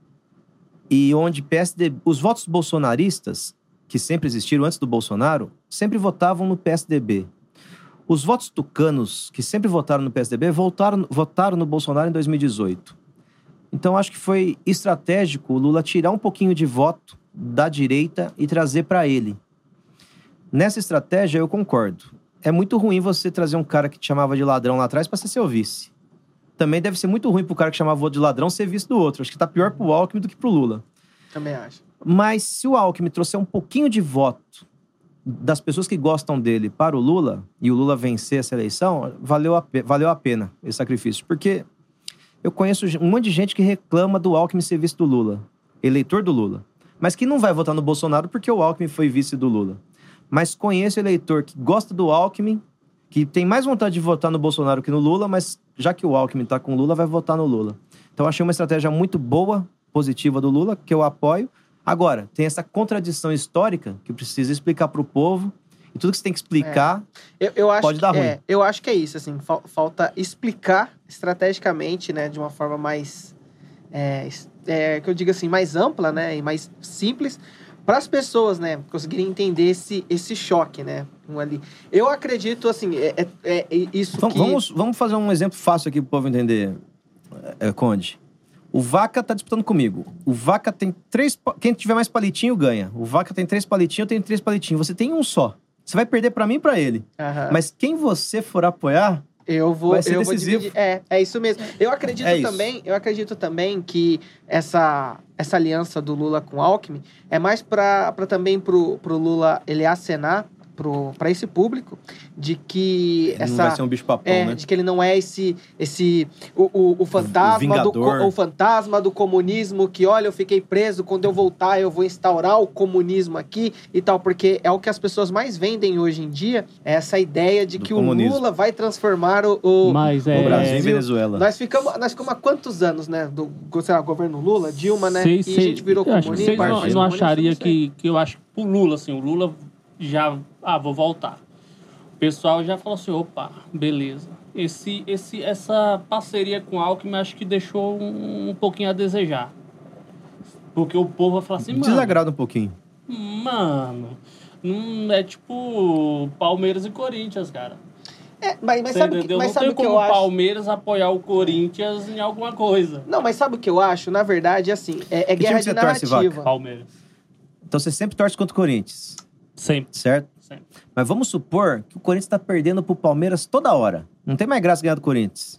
e onde os votos bolsonaristas, que sempre existiram antes do Bolsonaro, sempre votavam no PSDB. Os votos tucanos, que sempre votaram no PSDB, votaram no Bolsonaro em 2018. Então, acho que foi estratégico o Lula tirar um pouquinho de voto da direita e trazer para ele. Nessa estratégia, eu concordo. É muito ruim você trazer um cara que te chamava de ladrão lá atrás para ser seu vice. Também deve ser muito ruim pro cara que chamava o outro de ladrão ser vice do outro. Acho que tá pior pro Alckmin do que pro Lula. Também acho. Mas se o Alckmin trouxer um pouquinho de voto das pessoas que gostam dele para o Lula, e o Lula vencer essa eleição, valeu a pena esse sacrifício. Porque eu conheço um monte de gente que reclama do Alckmin ser vice do Lula, eleitor do Lula, mas que não vai votar no Bolsonaro porque o Alckmin foi vice do Lula. Mas conheço eleitor que gosta do Alckmin, que tem mais vontade de votar no Bolsonaro que no Lula, mas já que o Alckmin tá com o Lula, vai votar no Lula. Então, achei uma estratégia muito boa, positiva do Lula, que eu apoio. Agora, tem essa contradição histórica que precisa explicar pro povo. E tudo que você tem que explicar pode dar ruim. Eu acho que é isso, assim. Falta explicar estrategicamente, né? De uma forma mais... que eu diga assim, mais ampla, né? E mais simples. Para as pessoas, né? Conseguirem entender esse choque, né? Ali. Eu acredito, assim, isso então, que... Vamos fazer um exemplo fácil aqui pro povo entender, Conde. O Vaca tá disputando comigo. O Vaca tem 3... Quem tiver mais palitinho, ganha. O Vaca tem 3 palitinhos, eu tenho 3 palitinhos. Você tem um só. Você vai perder pra mim e pra ele. Uhum. Mas quem você for apoiar, vai ser eu vou decisivo. dividir. É isso mesmo. Eu acredito também que essa aliança do Lula com o Alckmin é mais para também pro Lula ele acenar para esse público de que Ele não vai ser um bicho-papão, né? de que ele não é o fantasma do comunismo que, olha, eu fiquei preso, quando eu voltar eu vou instaurar o comunismo aqui e tal, porque é o que as pessoas mais vendem hoje em dia, é essa ideia de que comunismo. O Lula vai transformar o Brasil em Venezuela. Nós ficamos há quantos anos, né, do governo Lula, Dilma, né, e a gente virou comunista. Vocês não achariam que eu acho que o Lula, assim, o Lula já... vou voltar. O pessoal já falou assim, opa, beleza. Essa parceria com o Alckmin acho que deixou um pouquinho a desejar. Porque o povo vai falar assim, desagrada um pouquinho. Mano, é tipo Palmeiras e Corinthians, cara. Mas sabe o que eu acho? Não tem como o Palmeiras apoiar o Corinthians em alguma coisa. Não, mas sabe o que eu acho? Na verdade, assim, é guerra de narrativa. Palmeiras. Então você sempre torce contra o Corinthians. Sempre. Certo? Sempre. Mas vamos supor que o Corinthians tá perdendo pro Palmeiras toda hora. Não tem mais graça ganhar do Corinthians.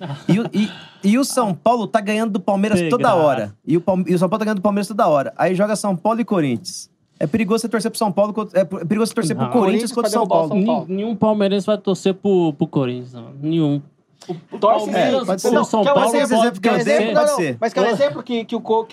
E o São Paulo tá ganhando do Palmeiras toda hora. E o São Paulo tá ganhando do Palmeiras toda hora. Aí joga São Paulo e Corinthians. É perigoso você torcer pro São Paulo, é perigoso você torcer pro Corinthians contra o São Paulo. Nenhum palmeirense vai torcer pro Corinthians, não. Nenhum. O Palmeiras, pode ser. Não, São Paulo pode ser. Mas quer um exemplo que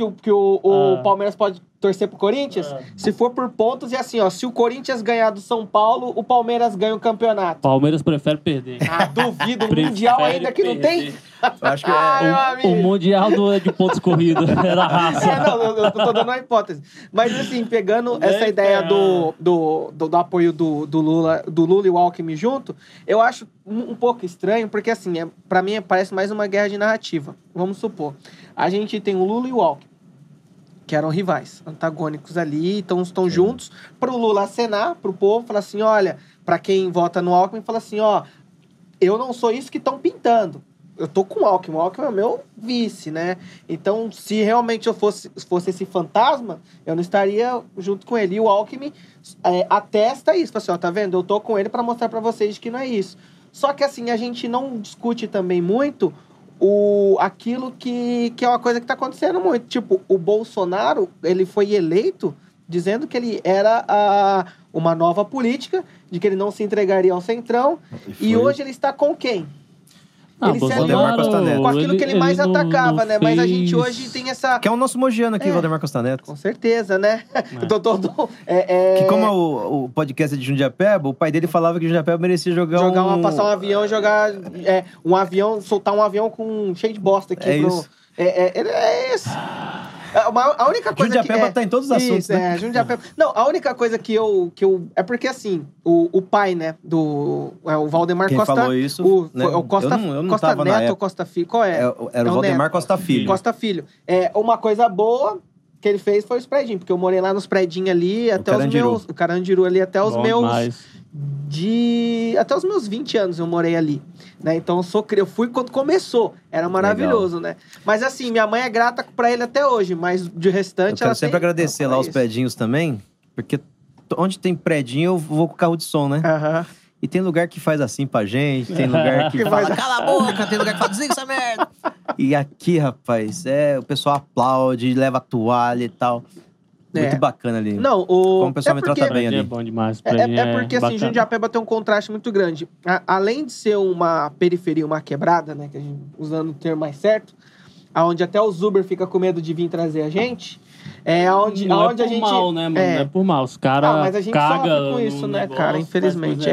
o Palmeiras pode torcer pro Corinthians? Se for por pontos, é assim, ó. Se o Corinthians ganhar do São Paulo, o Palmeiras ganha o campeonato. Palmeiras prefere perder. Duvido. O Mundial ainda que não tem. Acho que o Mundial de pontos corridos é da raça. Eu tô dando uma hipótese. Mas assim, pegando essa ideia do apoio do Lula e o Alckmin junto, eu acho um pouco estranho, porque assim, pra mim parece mais uma guerra de narrativa. Vamos supor. A gente tem o Lula e o Alckmin, que eram rivais, antagônicos ali, então estão juntos, pro Lula acenar pro povo, falar assim, olha, pra quem vota no Alckmin, fala assim, ó, eu não sou isso que estão pintando. Eu tô com o Alckmin é o meu vice, né? Então, se realmente eu fosse esse fantasma, eu não estaria junto com ele. E o Alckmin atesta isso, fala assim, ó, tá vendo? Eu tô com ele pra mostrar pra vocês que não é isso. Só que assim, a gente não discute também muito aquilo que é uma coisa que tá acontecendo muito. Tipo, o Bolsonaro, ele foi eleito dizendo que ele era uma nova política, de que ele não se entregaria ao Centrão. E hoje ele está com quem? Ele se alinhou com aquilo que ele mais atacava, né? Mas a gente hoje tem essa... Que é o nosso mogiano aqui, Valdemar Costa Neto. Com certeza, né? Que como o podcast é de Jundiapeba, o pai dele falava que Jundiapeba merecia passar um avião, um avião, soltar um avião cheio de bosta aqui. Isso. É isso. A única coisa Jundiapeba tá em todos os assuntos, né? Jundiapeba. Não, a única coisa que eu... É porque, assim, o pai, né, o Valdemar Quem Costa... falou isso, né? O Costa, eu não Costa tava Neto ou Costa Filho? Qual é? Era o Valdemar Neto. Costa Filho. Costa Filho. Uma coisa boa que ele fez foi os predinhos, porque eu morei lá nos predinhos ali até os meus... O Carandiru ali até os meus... Até os meus 20 anos eu morei ali, né? Então eu fui quando começou, era maravilhoso, né? Mas assim, minha mãe é grata pra ele até hoje, mas de restante eu quero sempre agradecer lá os predinhos também, porque onde tem predinho eu vou com o carro de som, né? E tem lugar que faz assim pra gente, tem lugar que fala, cala a boca, tem lugar que fala, desliga essa merda. E aqui, rapaz, o pessoal aplaude, leva a toalha e tal. Muito bacana ali. Não, como o pessoal me trata bem ali. É bom demais. Porque, assim, Jundiapeba tem um contraste muito grande. Além de ser uma periferia, uma quebrada, né? Que a gente, usando o termo mais certo, onde até os Uber fica com medo de vir trazer a gente. Onde a gente... mal, né, mano? Não é por mal. Os caras mas a gente sofre com isso, né, cara? Infelizmente.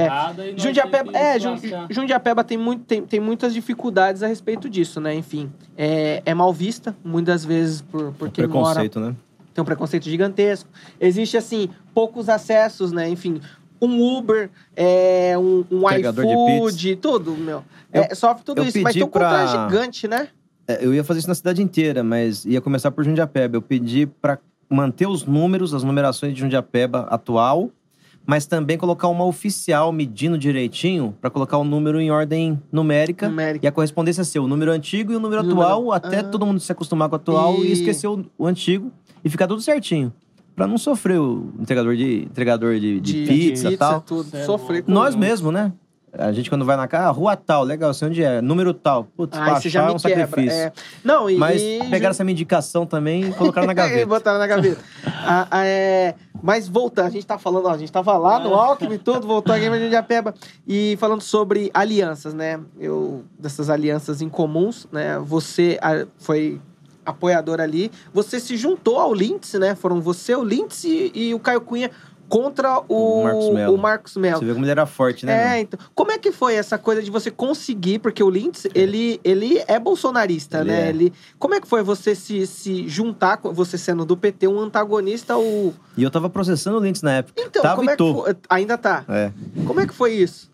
Jundiapeba tem muitas dificuldades a respeito disso, né? Enfim, é mal vista, muitas vezes, por quem mora... Preconceito, né? Tem um preconceito gigantesco. Existe, assim, poucos acessos, né? Enfim, um Uber, um iFood, tudo, meu. Sofre tudo isso. Mas tem um contraste gigante, né? Eu ia fazer isso na cidade inteira, mas ia começar por Jundiapeba. Eu pedi para manter os números, as numerações de Jundiapeba atual, mas também colocar uma oficial medindo direitinho para colocar o número em ordem numérica. E a correspondência ser o número antigo e o número atual, até todo mundo se acostumar com o atual e esquecer o antigo. E ficar tudo certinho. Pra não sofrer o entregador de pizza e tal. Tudo. Sofrer com nós mesmo, né? A gente, quando vai na casa, rua tal, legal, sei onde é, número tal. Putz, pra você já achar me é um quebra. sacrifício. Não, Mas pegaram essa minha indicação também e colocaram na gaveta. E botaram na gaveta. Mas voltando, a gente tá falando, a gente tava lá no Alckmin e tudo, voltou aqui, mas a gente já pega. E falando sobre alianças, né? Dessas alianças incomuns, né? Você foi apoiador ali. Você se juntou ao Lindsay, né? Foram você, o Lindsay e o Caio Cunha contra o Marcos Mello. Você vê como ele era forte, né? Então. Como é que foi essa coisa de você conseguir? Porque o Lindsay, ele é bolsonarista, né? Como é que foi você se juntar, você sendo do PT, um antagonista ao... E eu tava processando o Lindsay na época. Então, como é que foi? Ainda tá. Como é que foi isso?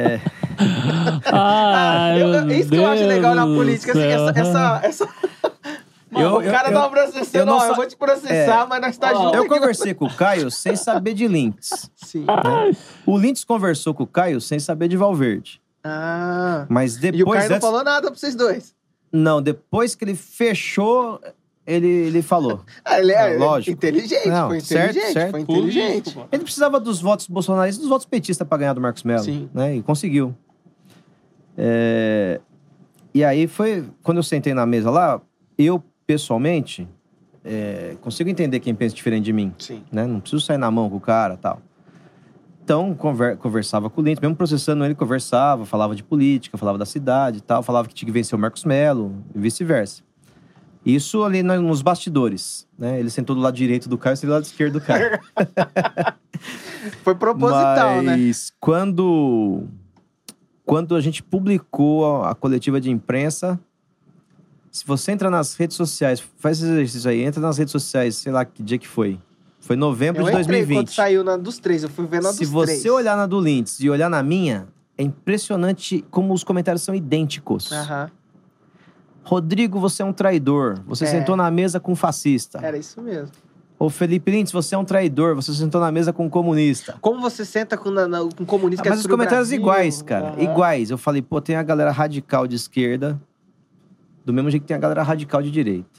Isso que eu acho legal na política, assim, essa... o cara tava processando, eu vou te processar, mas nós tá junto. Eu conversei com o Caio sem saber de Lindsay. Sim. Né? O Lindsay conversou com o Caio sem saber de Valverde. Mas depois... E o Caio não falou nada pra vocês dois? Não, depois que ele fechou, ele falou. Ele é lógico. Inteligente, não, foi inteligente, certo. foi inteligente. Ele precisava dos votos bolsonaristas e dos votos petistas pra ganhar do Marcos Mello. Sim. Né? E conseguiu. E aí foi... Quando eu sentei na mesa lá, eu... pessoalmente, consigo entender quem pensa diferente de mim. Sim. Né? Não preciso sair na mão com o cara e tal. Então, conversava com o Lindsay, mesmo processando ele, conversava, falava de política, falava da cidade e tal, falava que tinha que vencer o Marcos Mello e vice-versa. Isso ali nos bastidores, né? Ele sentou do lado direito do Caio, eu sentei do lado esquerdo do Caio. Foi proposital, né? Mas quando a gente publicou a coletiva de imprensa... Se você entra nas redes sociais, faz esse exercício aí, entra nas redes sociais, sei lá que dia que foi. Foi novembro de 2020. Quando saiu na dos três, eu fui ver na dos três. Se você olhar na do Lindsay e olhar na minha, é impressionante como os comentários são idênticos. Rodrigo, você é um traidor. Você sentou na mesa com um fascista. Era isso mesmo. Ô Felipe Lindsay, você é um traidor. Você sentou na mesa com um comunista. Como você senta com um comunista que mas os comentários iguais, cara. Iguais. Eu falei, tem a galera radical de esquerda... Do mesmo jeito que tem a galera radical de direita.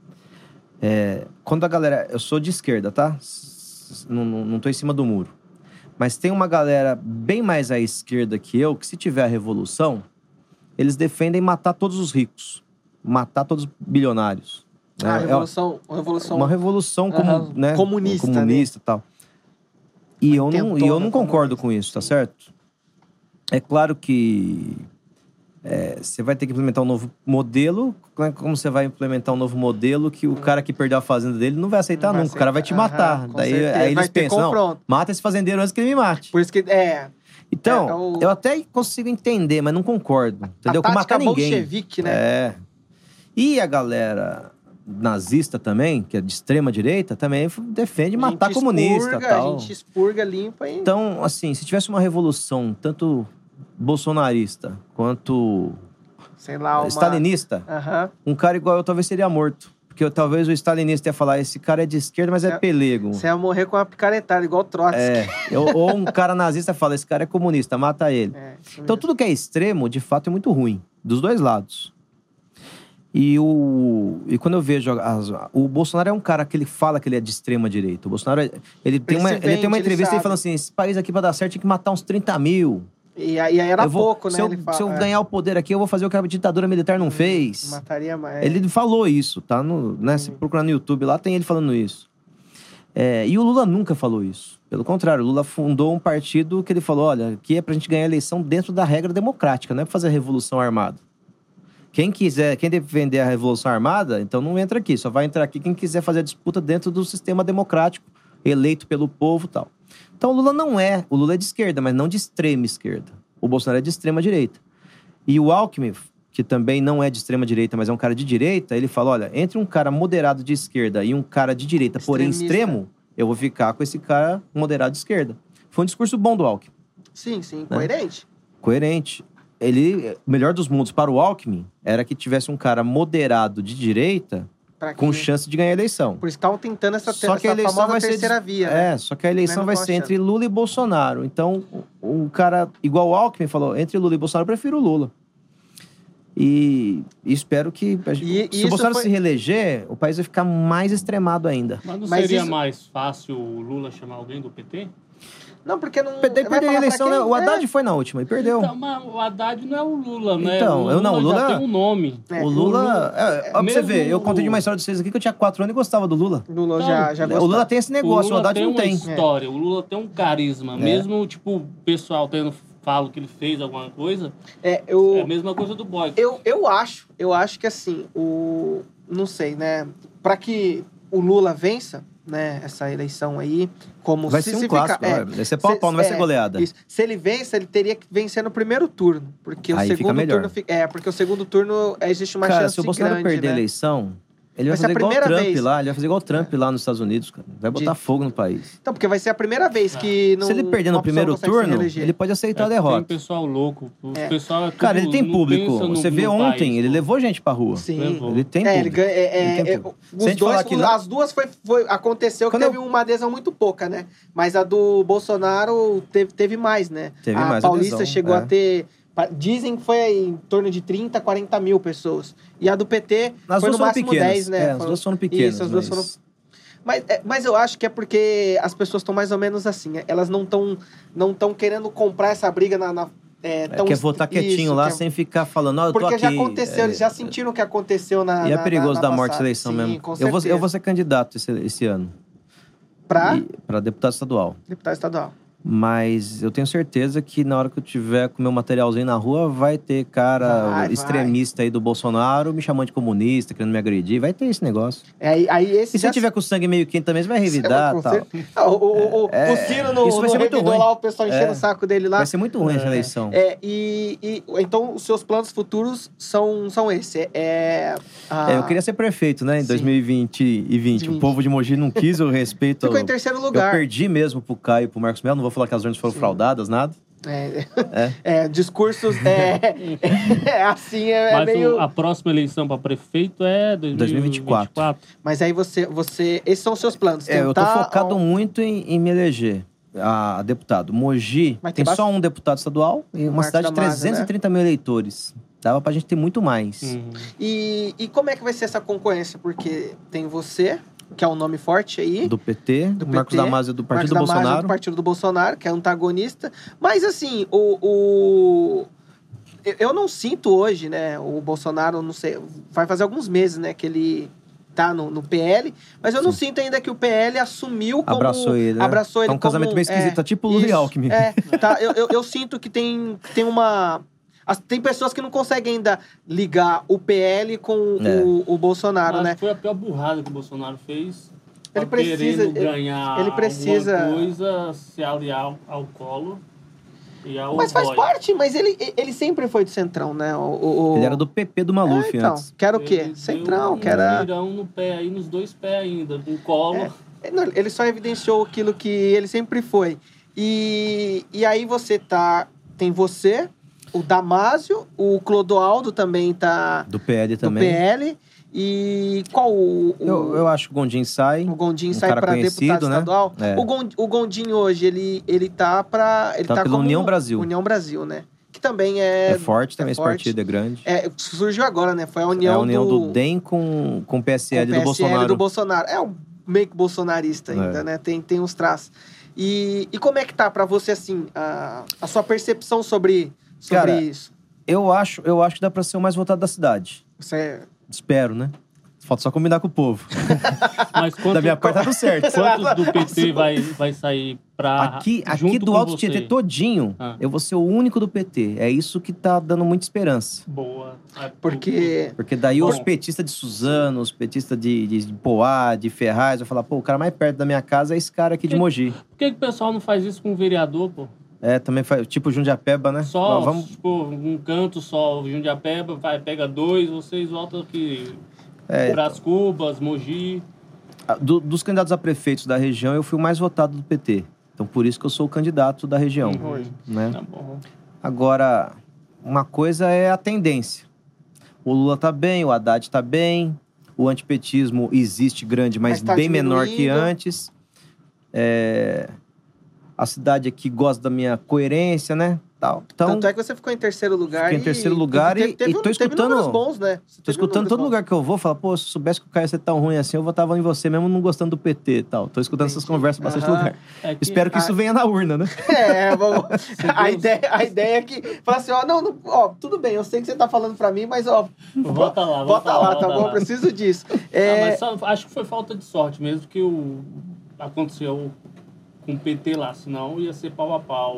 Quando a galera... Eu sou de esquerda, tá? Não tô em cima do muro. Mas tem uma galera bem mais à esquerda que eu, que se tiver a revolução, eles defendem matar todos os ricos. Matar todos os bilionários. Uma revolução... Uma revolução né, comunista e tal. E eu não concordo com isso, tá certo? É claro que... você vai ter que implementar um novo modelo. Como você vai implementar um novo modelo que o cara que perdeu a fazenda dele não vai aceitar nunca? O cara vai te matar. Aí eles pensam, não, mata esse fazendeiro antes que ele me mate. Por isso que... Então, eu até consigo entender, mas não concordo. Entendeu? Com matar ninguém. Bolchevique, né? E a galera nazista também, que é de extrema direita, também defende matar comunista e tal. A gente expurga, limpa e... Então, assim, se tivesse uma revolução, tanto... bolsonarista, quanto sei lá, stalinista, um cara igual eu talvez seria morto. Porque talvez o stalinista ia falar, esse cara é de esquerda, mas é pelego. Você ia morrer com uma picaretada, igual o Trotsky. Ou um cara nazista fala, esse cara é comunista, mata ele. Então tudo que é extremo, de fato, é muito ruim. Dos dois lados. E quando eu vejo... o Bolsonaro é um cara que ele fala que ele é de extrema direita. O Bolsonaro, ele tem uma entrevista e ele fala assim, esse país aqui pra dar certo tem que matar uns 30 mil. E aí era pouco, né? Se eu ganhar o poder aqui, eu vou fazer o que a ditadura militar não fez. Mataria mais. Ele falou isso, tá? Se procurar no YouTube lá, tem ele falando isso. E o Lula nunca falou isso. Pelo contrário, o Lula fundou um partido que ele falou, olha, que é pra gente ganhar a eleição dentro da regra democrática, não é pra fazer a revolução armada. Quem defender a revolução armada, então não entra aqui. Só vai entrar aqui quem quiser fazer a disputa dentro do sistema democrático, eleito pelo povo e tal. Então o Lula é de esquerda, mas não de extrema esquerda. O Bolsonaro é de extrema direita. E o Alckmin, que também não é de extrema direita, mas é um cara de direita, ele fala, olha, entre um cara moderado de esquerda e um cara de direita, porém extremo, eu vou ficar com esse cara moderado de esquerda. Foi um discurso bom do Alckmin. Sim, coerente. Coerente. O melhor dos mundos para o Alckmin era que tivesse um cara moderado de direita com chance de ganhar a eleição. Por isso estavam tentando essa famosa terceira via, né? Só que a eleição vai ser entre Lula e Bolsonaro. Então, um cara igual o Alckmin falou, entre Lula e Bolsonaro, eu prefiro o Lula. E espero que... se o Bolsonaro se reeleger, o país vai ficar mais extremado ainda. Mas não seria mais fácil o Lula chamar alguém do PT? Não, porque não... Perdeu a eleição, né? O Haddad foi na última e perdeu. Então, mas o Haddad não é o Lula, né? Então, o Lula já tem um nome. O Lula... Ó, pra você ver, eu contei de uma história de vocês aqui que eu tinha 4 anos e gostava do Lula. O Lula Então, já gostava. O Lula tem esse negócio, o Haddad não tem. O Lula tem uma história, o Lula tem um carisma. Mesmo, tipo, o pessoal fala que ele fez alguma coisa, é a mesma coisa do Boy. Eu acho que assim, não sei, né? Pra que o Lula vença, né, essa eleição aí, como vai ser um clássico, vai ser pau a pau, não vai ser goleada. Isso. Se ele vence, ele teria que vencer no primeiro turno, porque aí o segundo turno porque o segundo turno existe uma chance grande, se o Bolsonaro perder a eleição, ele vai fazer igual o Trump lá, ele vai fazer igual o Trump lá nos Estados Unidos, cara. Vai botar fogo no país. Então, porque vai ser a primeira vez que se ele perder no primeiro turno, ele pode aceitar a derrota. Tem pessoal louco, pessoal cara, ele tem público. Você vê ontem, ele levou gente pra rua. Sim. Ele tem público. As duas aconteceu que teve uma adesão muito pouca, né? Mas a do Bolsonaro teve mais, né? Teve mais Paulista adesão, chegou a ter... Dizem que foi em torno de 30, 40 mil pessoas. E a do PT foi no máximo 10, né? As duas foram pequenas. Isso, as duas foram... Mas eu acho que é porque as pessoas estão mais ou menos assim. Elas não estão querendo comprar essa briga quer votar quietinho lá, sem ficar falando, eu tô aqui. Porque já aconteceu, eles já sentiram o que aconteceu na... E é perigoso dar morte à eleição Sim, mesmo. Com certeza. Eu vou ser candidato esse ano. Pra deputado estadual. Deputado estadual. Mas eu tenho certeza que na hora que eu tiver com meu materialzinho na rua, vai ter cara extremista aí do Bolsonaro me chamando de comunista, querendo me agredir. Vai ter esse negócio. E se eu tiver com o sangue meio quente também, você vai revidar e tal. O Ciro no revidou lá, o pessoal enchendo o saco dele lá. Vai ser muito ruim essa eleição. Então, os seus planos futuros são esses. Eu queria ser prefeito, né? Em 2020 e 20. O povo de Mogi não quis o respeito. Ficou em terceiro lugar. Eu perdi mesmo pro Caio e pro Marcos Melo. Não vou falar que as urnas foram fraudadas, nada. Discursos assim, mas meio... a próxima eleição para prefeito é 2024. Mas aí você... Esses são os seus planos. Eu tô focado muito em me eleger a deputado. Mogi tem só um deputado estadual e uma cidade de 330 mil eleitores. Dava pra gente ter muito mais. E como é que vai ser essa concorrência? Porque tem você... que é um nome forte aí. Do PT, Marcos Damasio do Partido do Bolsonaro. Do Partido do Bolsonaro, que é antagonista. Mas, assim, eu não sinto hoje, né, o Bolsonaro, não sei, vai fazer alguns meses, né, que ele tá no PL, mas eu não sinto ainda que o PL assumiu como... Abraçou ele, né? Tá um casamento meio esquisito, tá tipo o Lula e Alckmin. Eu sinto que tem uma... Tem pessoas que não conseguem ainda ligar o PL com o Bolsonaro, né? Foi a pior burrada que o Bolsonaro fez. Ele precisa ganhar alguma coisa, se aliar ao Collor e ao Mas faz parte, mas ele sempre foi do Centrão, né? Ele era do PP do Maluf antes. Que era o quê? Centrão, que era... Virão no pé aí, nos dois pés ainda, com Collor. Ele só evidenciou aquilo que ele sempre foi. E aí tem você... O Damasio, o Clodoaldo também tá... Do PL também. Do PL. E qual eu acho que o Gondim sai. O Gondim sai para deputado estadual. Né? O Gondim hoje, ele tá para... Ele tá pela União Brasil. União Brasil, né? Que também é forte também, esse partido é grande. Surgiu agora, né? Foi a união do DEM com o PSL do Bolsonaro. Do Bolsonaro. Meio que bolsonarista ainda, né? Tem uns traços. E como é que tá para você, assim, a sua percepção sobre isso? Eu acho que dá pra ser o mais votado da cidade. Espero, né? Falta só combinar com o povo. Mas da minha parte tá tudo certo. Quantos do PT vai sair pra... Aqui do Alto Tietê todinho, eu vou ser o único do PT. É isso que tá dando muita esperança. Boa. Porque daí os petistas de Suzano, os petistas de Poá, de Ferraz, vão falar, o cara mais perto da minha casa é esse cara aqui de Mogi. Por que o pessoal não faz isso com o vereador, pô? Também faz, tipo Jundiapeba, né? Tipo, um canto só, Jundiapeba, pega 2, vocês voltam aqui. Brás Cubas, Mogi. Dos candidatos a prefeitos da região, eu fui o mais votado do PT. Então, por isso que eu sou o candidato da região. Né? Tá bom. Agora, uma coisa é a tendência. O Lula tá bem, o Haddad tá bem, o antipetismo existe grande, mas tá bem menor que antes. A cidade aqui gosta da minha coerência, né? tal. Então, tanto é que você ficou em terceiro lugar. Fiquei em terceiro lugar e tô escutando... números bons, né? Tô escutando todo lugar que eu vou, falo, pô, se eu soubesse que o Caio ia ser tão ruim assim, eu votava em você mesmo não gostando do PT e tal. Tô escutando essas conversas em bastante lugar. Espero que isso venha na urna, né? Vamos... a ideia é que... Fala assim, ó, tudo bem, eu sei que você tá falando pra mim, mas, ó... Vota lá, tá bom? Eu preciso disso. Mas acho que foi falta de sorte mesmo que aconteceu com o PT lá, senão ia ser pau a pau.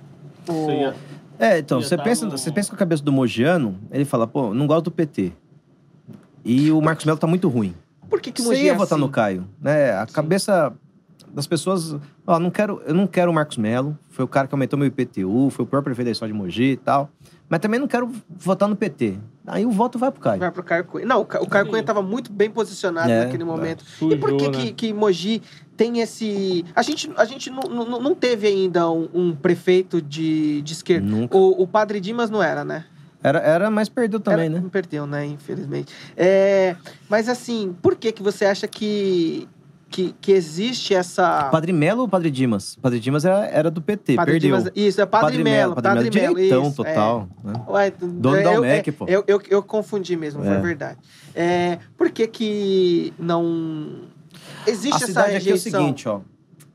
Então, você pensa com a cabeça do Mogiano, ele fala, pô, não gosto do PT. E o Marcos Melo tá muito ruim. Por que o Você Mogi ia é votar assim? no Caio, né? A cabeça das pessoas... Ó, eu não quero o Marcos Melo, foi o cara que aumentou meu IPTU, foi o próprio prefeito da história de Mogi e tal. Mas também não quero votar no PT. Aí o voto vai pro Caio. Vai pro Caio Cunha. Não, o Caio Cunha tava muito bem posicionado naquele momento. Sujou, e por que Mogi tem esse... A gente não teve ainda um prefeito de esquerda. Nunca. O Padre Dimas não era, né? Era, mas perdeu também, né? Perdeu, né? Infelizmente. Mas assim, por que você acha que existe essa... Padre Melo ou Padre Dimas? Padre Dimas era do PT, Padre perdeu. Dimas, isso, é Padre Melo. Padre Melo, direitão isso, total. Né? Dono da UMEC, pô. Eu confundi mesmo, foi verdade. Por que não... Existe essa cidade rejeição? aqui é o seguinte, ó.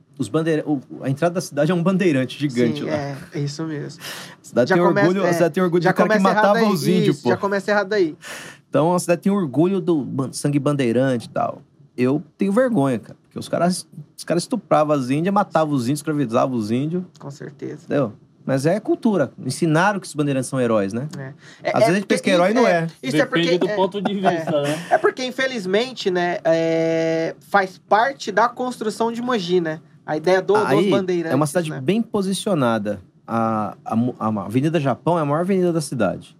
A entrada da cidade é um bandeirante gigante. Sim, lá. É isso mesmo. A cidade tem orgulho do cara que matava os índios, pô. Já começa errado aí. Então a cidade tem orgulho do sangue bandeirante e tal. Eu tenho vergonha, cara. Porque os caras estupravam as índias, matavam os índios, escravizavam os índios. Com certeza. Entendeu? Mas é cultura. Ensinaram que os bandeirantes são heróis, né? Às vezes a gente pensa que herói não é. Isso Depende do ponto de vista, né? É porque, infelizmente, né, faz parte da construção de Mogi, né? A ideia dos bandeirantes. É uma cidade né? bem posicionada. A Avenida Japão é a maior avenida da cidade.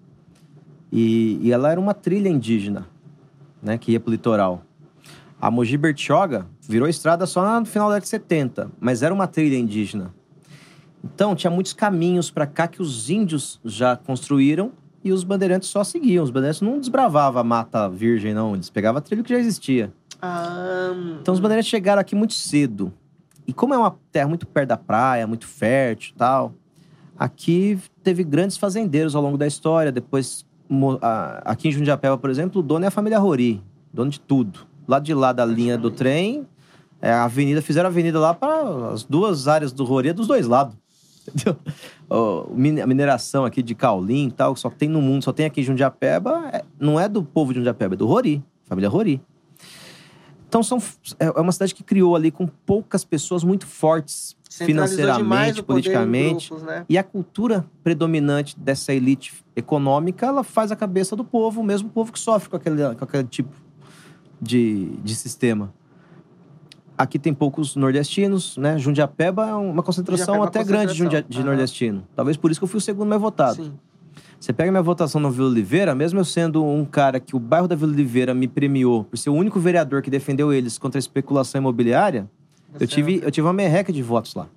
E ela era uma trilha indígena, né, que ia pro litoral. A Mogi Bertioga virou estrada só no final da década de 70, mas era uma trilha indígena. Então, tinha muitos caminhos para cá que os índios já construíram e os bandeirantes só seguiam. Os bandeirantes não desbravavam a mata virgem, não. Eles pegavam a trilha que já existia. Então, os bandeirantes chegaram aqui muito cedo. E como é uma terra muito perto da praia, muito fértil e tal, aqui teve grandes fazendeiros ao longo da história. Depois, aqui em Jundiapeba, por exemplo, o dono é a família Rori. Dono de tudo. Lado de lá da linha do trem, fizeram a avenida lá para as duas áreas do Rori, dos dois lados. Entendeu? A mineração aqui de caulim e tal, que só tem no mundo, só tem aqui em Jundiapeba, não é do povo de Jundiapeba, é do Rori, família Rori. Então é uma cidade que criou ali com poucas pessoas muito fortes financeiramente, politicamente. Grupos, né? E a cultura predominante dessa elite econômica, ela faz a cabeça do povo, o mesmo povo que sofre com aquele tipo de sistema. Aqui tem poucos nordestinos, né? Jundiapeba é uma concentração até grande de nordestino. Talvez por isso que eu fui o segundo mais votado. Sim. Você pega minha votação no Vila Oliveira, mesmo eu sendo um cara que o bairro da Vila Oliveira me premiou por ser o único vereador que defendeu eles contra a especulação imobiliária, eu tive uma merreca de votos lá.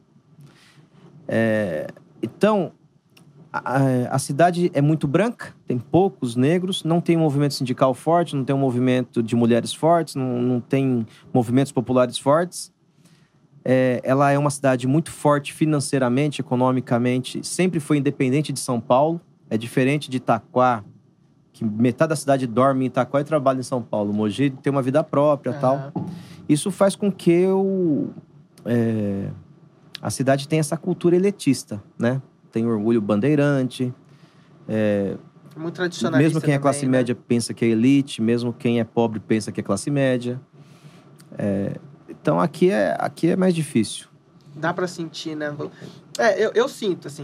Então, a cidade é muito branca, tem poucos negros, não tem um movimento sindical forte, não tem um movimento de mulheres fortes, não tem movimentos populares fortes. Ela é uma cidade muito forte financeiramente, economicamente, sempre foi independente de São Paulo. É diferente de Itaquá, que metade da cidade dorme em Itaquá e trabalha em São Paulo. Mogi tem uma vida própria e tal. Isso faz com que a cidade tenha essa cultura elitista, né? Tem orgulho bandeirante. Muito tradicionalista. Mesmo quem é classe média pensa que é elite, mesmo quem é pobre pensa que é classe média. Então aqui é mais difícil. Dá pra sentir, né? Eu sinto, assim,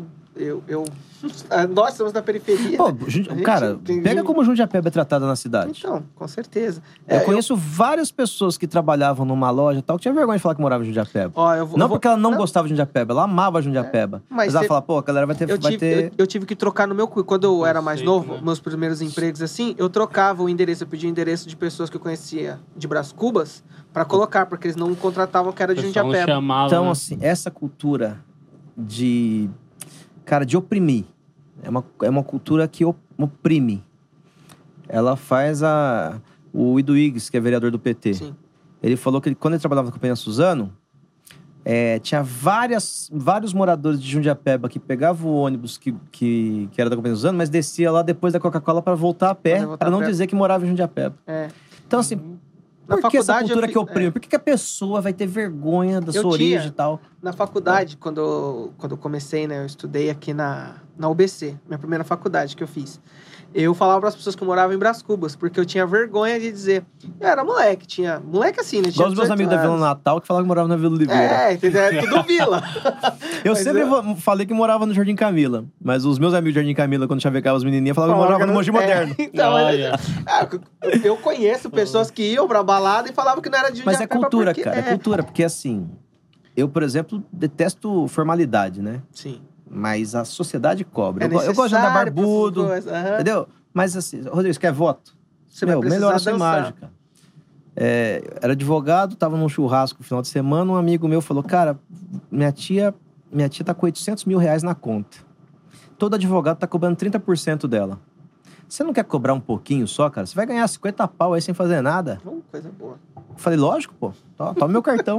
nós estamos na periferia. Pô, cara, pega como Jundiapeba é tratada na cidade. Então, com certeza. Eu conheço várias pessoas que trabalhavam numa loja e tal, que tinha vergonha de falar que morava em Jundiapeba. Porque ela não gostava de Jundiapeba, ela amava Jundiapeba. Mas ela fala, pô, a galera vai ter... Eu tive que trocar no meu... Quando eu era mais novo, né? Meus primeiros empregos, assim, eu trocava o endereço, eu pedia o endereço de pessoas que eu conhecia de Brás Cubas pra colocar, porque eles não contratavam que era de Jundiapeba. Então, assim, essa cultura de oprimir. É uma cultura que oprime. Ela faz o Ido Igues, que é vereador do PT. Sim. Ele falou que quando ele trabalhava na Companhia Suzano, Tinha vários moradores de Jundiapeba que pegavam o ônibus que era da Companhia dos Anos, mas descia lá depois da Coca-Cola para voltar a pé, para não dizer que morava em Jundiapeba. Então, assim, por que essa cultura que oprime? Por que a pessoa vai ter vergonha da sua origem e tal? Na faculdade, quando eu comecei, né, eu estudei aqui na UBC, minha primeira faculdade que eu fiz. Eu falava para as pessoas que eu morava em Brás Cubas, porque eu tinha vergonha de dizer. Eu era moleque, moleque assim, né? Igual os meus amigos da Vila Natal que falavam que moravam na Vila Oliveira. Entendeu? É tudo vila. Eu sempre falei que morava no Jardim Camila, mas os meus amigos do Jardim Camila, quando chavecavam as menininhas, falavam que moravam no Mogi Moderno. Então, eu conheço pessoas que iam pra balada e falavam que não era de Jundiapeba. Mas é cultura, cara, é cultura, porque assim, eu, por exemplo, detesto formalidade, né? Sim. Mas a sociedade cobra. Eu gosto de andar barbudo, entendeu? Mas assim, Rodrigo, você quer voto? Melhora a sua imagem, cara. Era advogado, tava num churrasco no final de semana, um amigo meu falou, cara, minha tia tá com 800 mil reais na conta. Todo advogado tá cobrando 30% dela. Você não quer cobrar um pouquinho só, cara? Você vai ganhar 50 pau aí sem fazer nada. Coisa boa. Eu falei, lógico, pô. Toma meu cartão.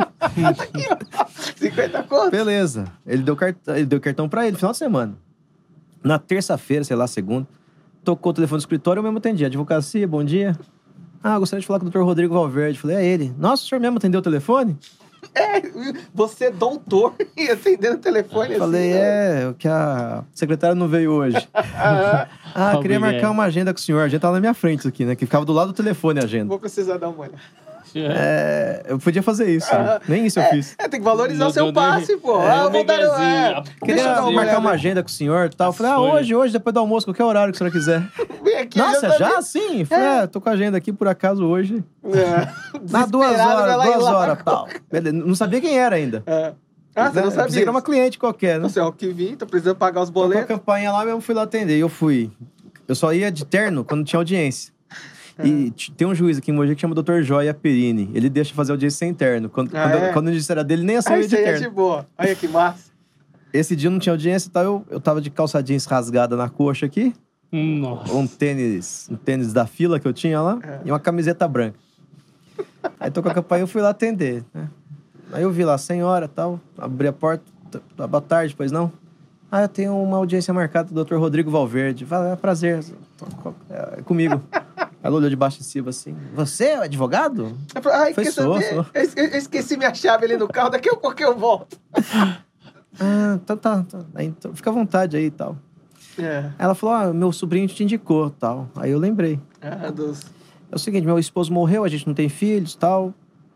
50 conto. Beleza. Ele deu cartão pra ele no final de semana. Na terça-feira, sei lá, segunda, tocou o telefone do escritório, eu mesmo atendi. Advocacia, bom dia. Gostaria de falar com o Dr. Rodrigo Valverde. Falei, é ele. Nossa, o senhor mesmo atendeu o telefone? Você é doutor e atendendo o telefone assim. Falei, que a secretária não veio hoje. Queria marcar uma agenda com o senhor. A agenda tava na minha frente aqui, né? Que ficava do lado do telefone a agenda. Vou precisar dar uma olhada. Eu podia fazer isso. Nem isso eu fiz. Tem que valorizar o seu passe, pô. Vou dar queria marcar uma agenda com o senhor e tal. Falei, hoje, depois do almoço, qualquer horário que o senhor quiser. Vem aqui. Nossa, já? Sim. Falei, tô com a agenda aqui, por acaso, hoje. Na 2 horas, tal. Beleza. Não sabia quem era ainda. Você não sabia? Pensei que era uma cliente qualquer, né? Você é o que vim, tô precisando pagar os boletos. Com a campainha lá mesmo, fui lá atender. Eu fui. Eu só ia de terno quando tinha audiência. E tem um juiz aqui em Mogi que chama Dr. Joia Perini. Ele deixa fazer audiência sem terno. Quando eu disse era dele, nem assim eu ia de terno. Isso aí é de boa. Olha que massa. Esse dia não tinha audiência e tal. Eu tava de calça jeans rasgada na coxa aqui. Nossa. Um tênis da fila que eu tinha lá. E uma camiseta branca. Aí tô com a campainha, eu fui lá atender, né? Aí eu vi lá, senhora e tal. Abri a porta. Boa tarde, pois não? Eu tenho uma audiência marcada do Dr. Rodrigo Valverde. Fala, prazer. É comigo. Ela olhou de baixo em cima assim. Você é o advogado? Sou. Eu esqueci minha chave ali no carro. Daqui a pouco eu volto. Então tá. Então, fica à vontade aí e tal. Ela falou, meu sobrinho te indicou tal. Aí eu lembrei. É o seguinte, meu esposo morreu, a gente não tem filhos e tal.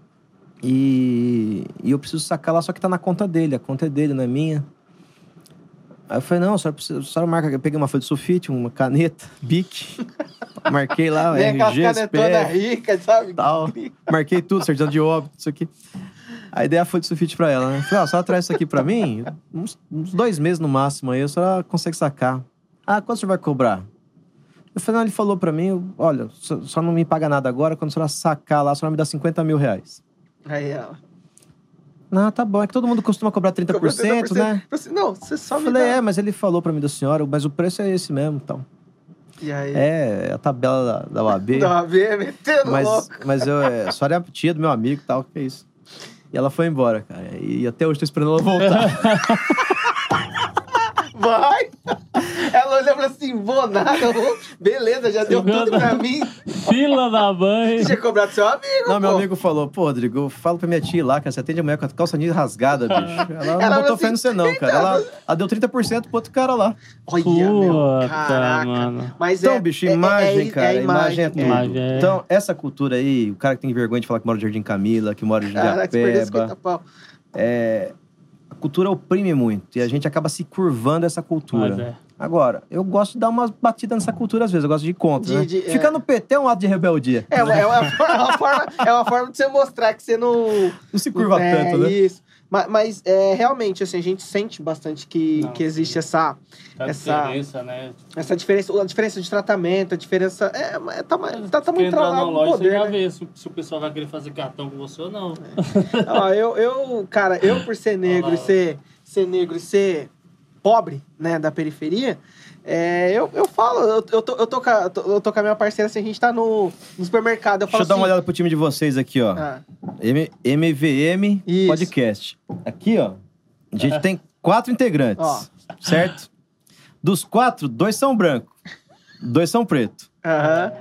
E eu preciso sacar lá, só que tá na conta dele. A conta é dele, não é minha. Aí eu falei, não, a senhora marca. Eu peguei uma folha de sulfite, uma caneta, bic. Marquei lá, RG, SPF, rica, sabe? Tal. Marquei tudo, certidão de óbito, isso aqui. Aí dei a folha de sulfite pra ela, né? Falei, a senhora traz isso aqui pra mim? Uns 2 meses no máximo aí, a senhora consegue sacar. Quanto você vai cobrar? Eu falei, não, ele falou pra mim, olha, só não me paga nada agora, quando a senhora sacar lá, a senhora me dá 50 mil reais. Aí ela... Tá bom. É que todo mundo costuma cobrar 30%, né? Não, você só me falei, dá... mas ele falou pra mim da senhora, mas o preço é esse mesmo, então. E aí? É a tabela da OAB. Da OAB, metendo louco. Mas a senhora é a tia do meu amigo e tal, que é isso. E ela foi embora, cara. E até hoje tô esperando ela voltar. Vai! Ela olhou e falou assim, vou nada, beleza, já deu tudo pra mim. Fila da mãe. Você tinha cobrado seu amigo, Não, meu amigo falou, pô, Rodrigo, eu falo pra minha tia ir lá, cara, você atende a mulher com a calça jeans rasgada, bicho. Ela não botou fé no você não, cara. Ela deu 30% pro outro cara lá. Olha, meu, caraca. Mano. Mas então, bicho, imagem, cara, imagem é tudo. Imagem. Então, essa cultura aí, o cara que tem vergonha de falar que mora no Jardim Camila, que mora em Jundiapeba, a cultura oprime muito e a gente acaba se curvando essa cultura. Agora, eu gosto de dar umas batidas nessa cultura às vezes, eu gosto de ir contra, né? Ficar no PT é um ato de rebeldia. É uma forma de você mostrar que você não se curva tanto, né? Isso. Mas realmente, assim, a gente sente bastante que existe essa diferença, né? Essa diferença, a diferença de tratamento, a diferença... Tá muito entrando no poder, você já né? vê se o pessoal vai querer fazer cartão com você ou não. Cara, eu por ser negro e ser pobre, né, da periferia, eu falo, eu tô com a minha parceira, assim, a gente tá no supermercado. Deixa eu dar uma olhada pro time de vocês aqui, ó. MVM Isso. Podcast. aqui, ó, a gente tem 4 integrantes, Ó. certo? Dos 4, 2 são brancos, 2 são pretos. Aham.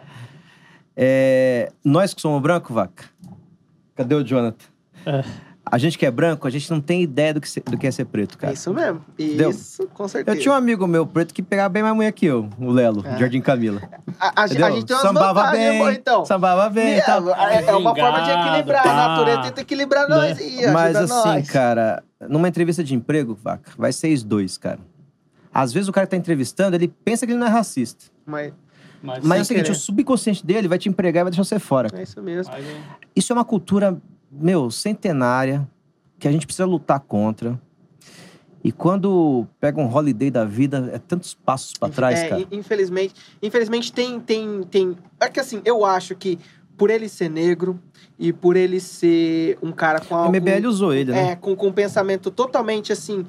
Nós que somos branco, Vaca, cadê o Jonathan? A gente que é branco, a gente não tem ideia do que é ser preto, cara. É isso mesmo. Entendeu? Isso, com certeza. Eu tinha um amigo meu preto que pegava bem mais mulher que eu, o Lelo, Jardim Camila. A gente tem umas Sambava vantagens, bem, amor, então. sambava bem e tal. É uma forma de equilibrar. Tá. A natureza tenta equilibrar nós e Mas ajuda assim, nós. cara, numa entrevista de emprego, Vaca, vai ser os 2, cara. Às vezes o cara que tá entrevistando, ele pensa que ele não é racista. Mas Mas é o seguinte, querer. o subconsciente dele vai te empregar e vai deixar você fora. é isso mesmo. Isso é uma cultura, centenária, que a gente precisa lutar contra. E quando pega um holiday da vida, é tantos passos pra trás, cara. Infelizmente tem... É que assim, eu acho que por ele ser negro e por ele ser um cara com O algo... MBL usou ele, né? com um pensamento totalmente, assim,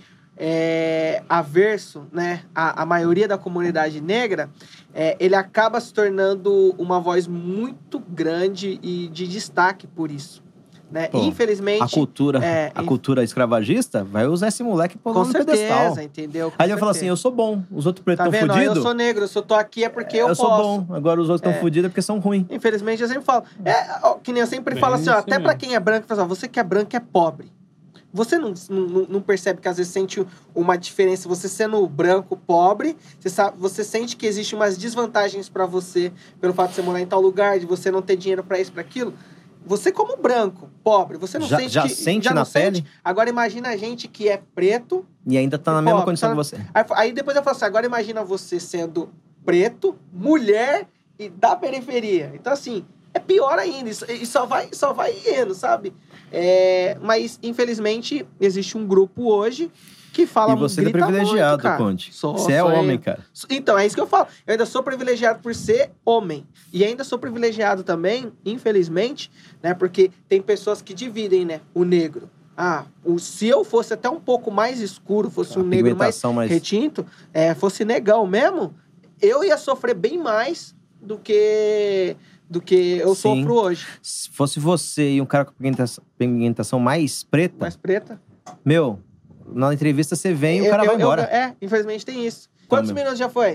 averso, né? A maioria da comunidade negra, ele acaba se tornando uma voz muito grande e de destaque por isso. Né? Pô, Infelizmente... A cultura escravagista vai usar esse moleque por Com no pedestal. certeza, entendeu? Aí ele fala assim, eu sou bom, os outros pretos Tá estão vendo? fudidos. Eu sou negro, se eu tô aqui é porque eu posso. sou bom, agora os outros estão fudidos é porque são ruins. Infelizmente, eu sempre falo. Que nem eu sempre falo assim, ó, até pra quem é branco, fala, você que é branco é pobre. Você não percebe que às vezes sente uma diferença, você sendo branco, pobre, você sente que existe umas desvantagens pra você pelo fato de você morar em tal lugar, de você não ter dinheiro pra isso, pra aquilo. Você como branco, pobre, você não sente já que... sente já na não sente? pele? Agora imagina a gente que é preto... E ainda tá na mesma pobre, condição que você. Aí depois eu falo assim, agora imagina você sendo preto, mulher e da periferia. Então assim, é pior ainda, e só vai indo, sabe? Mas infelizmente existe um grupo hoje que fala muito. E você é privilegiado, muito, Conde. Você é homem, cara. Então, é isso que eu falo. Eu ainda sou privilegiado por ser homem. E ainda sou privilegiado também, infelizmente, né? Porque tem pessoas que dividem, né? O negro. Se eu fosse até um pouco mais escuro, fosse um negro mais retinto, fosse negão mesmo, eu ia sofrer bem mais do que eu sofro hoje. Se fosse você e um cara com pigmentação mais preta... Mais preta? Meu... Na entrevista você vem e o cara vai embora. Infelizmente tem isso. Quantos minutos já foi?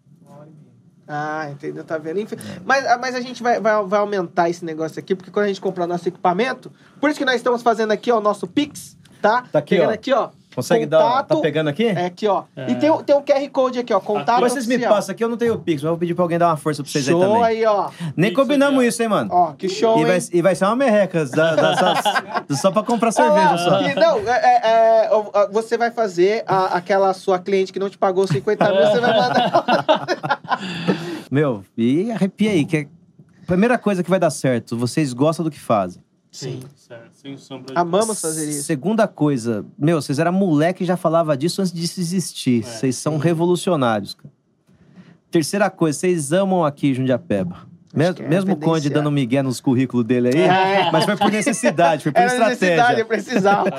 Entendeu? Tá vendo? Mas a gente vai aumentar esse negócio aqui, porque quando a gente comprar nosso equipamento... Por isso que nós estamos fazendo aqui, ó, o nosso Pix, tá? Tá aqui, pegando ó. Aqui, ó. Consegue dar... Tá pegando aqui? Aqui, ó. E tem um QR Code aqui, ó. Contato Mas vocês me passam aqui, eu não tenho o Pix, mas eu vou pedir pra alguém dar uma força pra vocês show aí também. Aí, ó. Nem combinamos isso, hein, mano? Ó, que show, e vai ser uma merreca, só pra comprar cerveja, só. Não, você vai fazer aquela sua cliente que não te pagou 50 mil, você vai mandar... Meu, e arrepia aí, que é a primeira coisa que vai dar certo. Vocês gostam do que fazem. Sim. Certo. Sem sombra de... Amamos fazer isso. Segunda coisa, vocês eram moleque e já falava disso antes disso existir. Vocês são revolucionários, cara. Terceira coisa, vocês amam aqui Jundiapeba. Mesmo o Conde dando migué nos currículos dele aí, mas foi por necessidade, foi por estratégia. Eu precisava.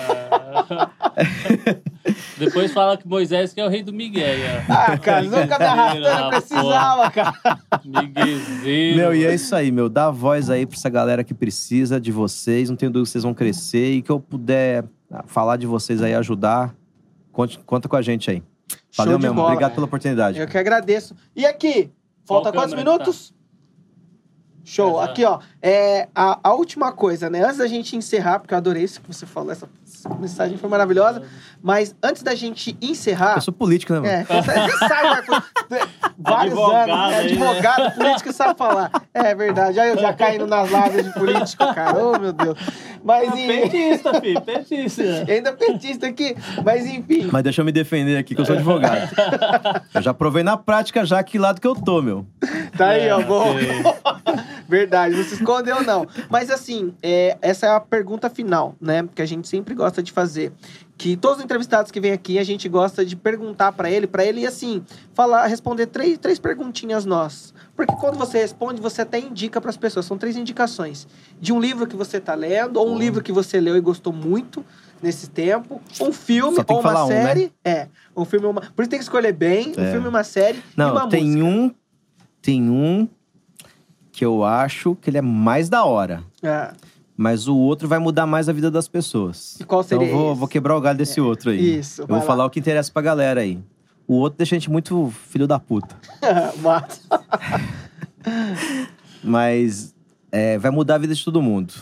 Depois fala que Moisés que é o rei do Miguel. Cara, nunca me arrastando, eu precisava, cara. Miguezeiro. E é isso aí, dá voz aí pra essa galera que precisa de vocês, não tenho dúvida que vocês vão crescer e que eu puder falar de vocês aí, ajudar, conta com a gente aí. Valeu mesmo, obrigado pela oportunidade. Eu que agradeço. E aqui, falta quantos minutos? Show. Aqui, ó. A última coisa, né? Antes da gente encerrar, porque eu adorei isso que você falou, essa mensagem foi maravilhosa. Mas antes da gente encerrar... Eu sou político, né, mano? Você sabe, vários anos. Advogado, político sabe falar. É verdade. Eu já caindo nas lábias de político, cara. Oh, meu Deus. Mas petista, filho. Petista. Ainda petista aqui. Mas enfim. Mas deixa eu me defender aqui, que eu sou advogado. Eu já provei na prática já que lado que eu tô, meu. Tá aí, ó. Bom. Verdade, não se escondeu, não. Mas assim, essa é a pergunta final, né? Que a gente sempre gosta de fazer. Que todos os entrevistados que vêm aqui, a gente gosta de perguntar pra ele, assim, responder três perguntinhas nós. Porque quando você responde, você até indica pras pessoas. São 3 indicações. De um livro que você tá lendo, ou um livro que você leu e gostou muito nesse tempo, um filme ou uma série. Né? Um filme ou uma... Por isso tem que escolher bem, um filme, uma série e uma música. Tem um que eu acho que ele é mais da hora. Mas o outro vai mudar mais a vida das pessoas. E qual seria então, vou quebrar o galho desse outro aí. Isso, eu vou falar o que interessa pra galera aí. O outro deixa a gente muito filho da puta. Mas vai mudar a vida de todo mundo.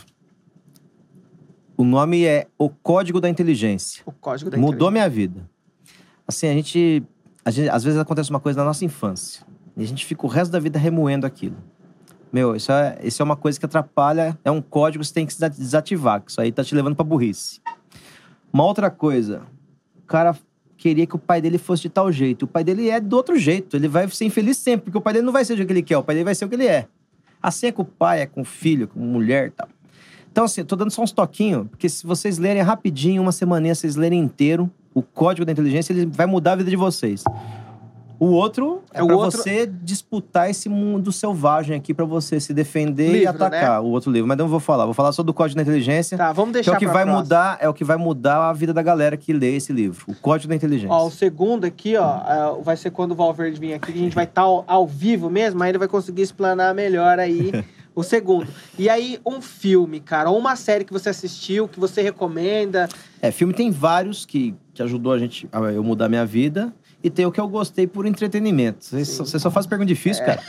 O nome é O Código da Inteligência. O Código da Mudou minha vida. Assim, a gente... Às vezes acontece uma coisa na nossa infância. E a gente fica o resto da vida remoendo aquilo. Meu, isso é uma coisa que atrapalha. É um código que você tem que desativar. Que isso aí tá te levando pra burrice. Uma outra coisa. O cara queria que o pai dele fosse de tal jeito. O pai dele é do outro jeito. Ele vai ser infeliz sempre. Porque o pai dele não vai ser o que ele quer. O pai dele vai ser o que ele é. Assim é com o pai, é com o filho, com a mulher e tal. Então, assim, eu tô dando só uns toquinhos. Porque se vocês lerem rapidinho, uma semaninha, vocês lerem inteiro, o Código da Inteligência, ele vai mudar a vida de vocês. O outro é pra você disputar esse mundo selvagem aqui, pra você se defender e atacar, né? O outro livro. Mas não vou falar. Vou falar só do Código da Inteligência. Tá, vamos deixar que é o que vai mudar a vida da galera que lê esse livro. O Código da Inteligência. Ó, o segundo aqui, ó, vai ser quando o Valverde vir aqui, que a gente vai estar ao vivo mesmo, aí ele vai conseguir explanar melhor aí o segundo. E aí, um filme, cara, ou uma série que você assistiu, que você recomenda. Filme tem vários que ajudou a eu mudar a minha vida. E tem o que eu gostei por entretenimento. Você só faz pergunta difícil, cara.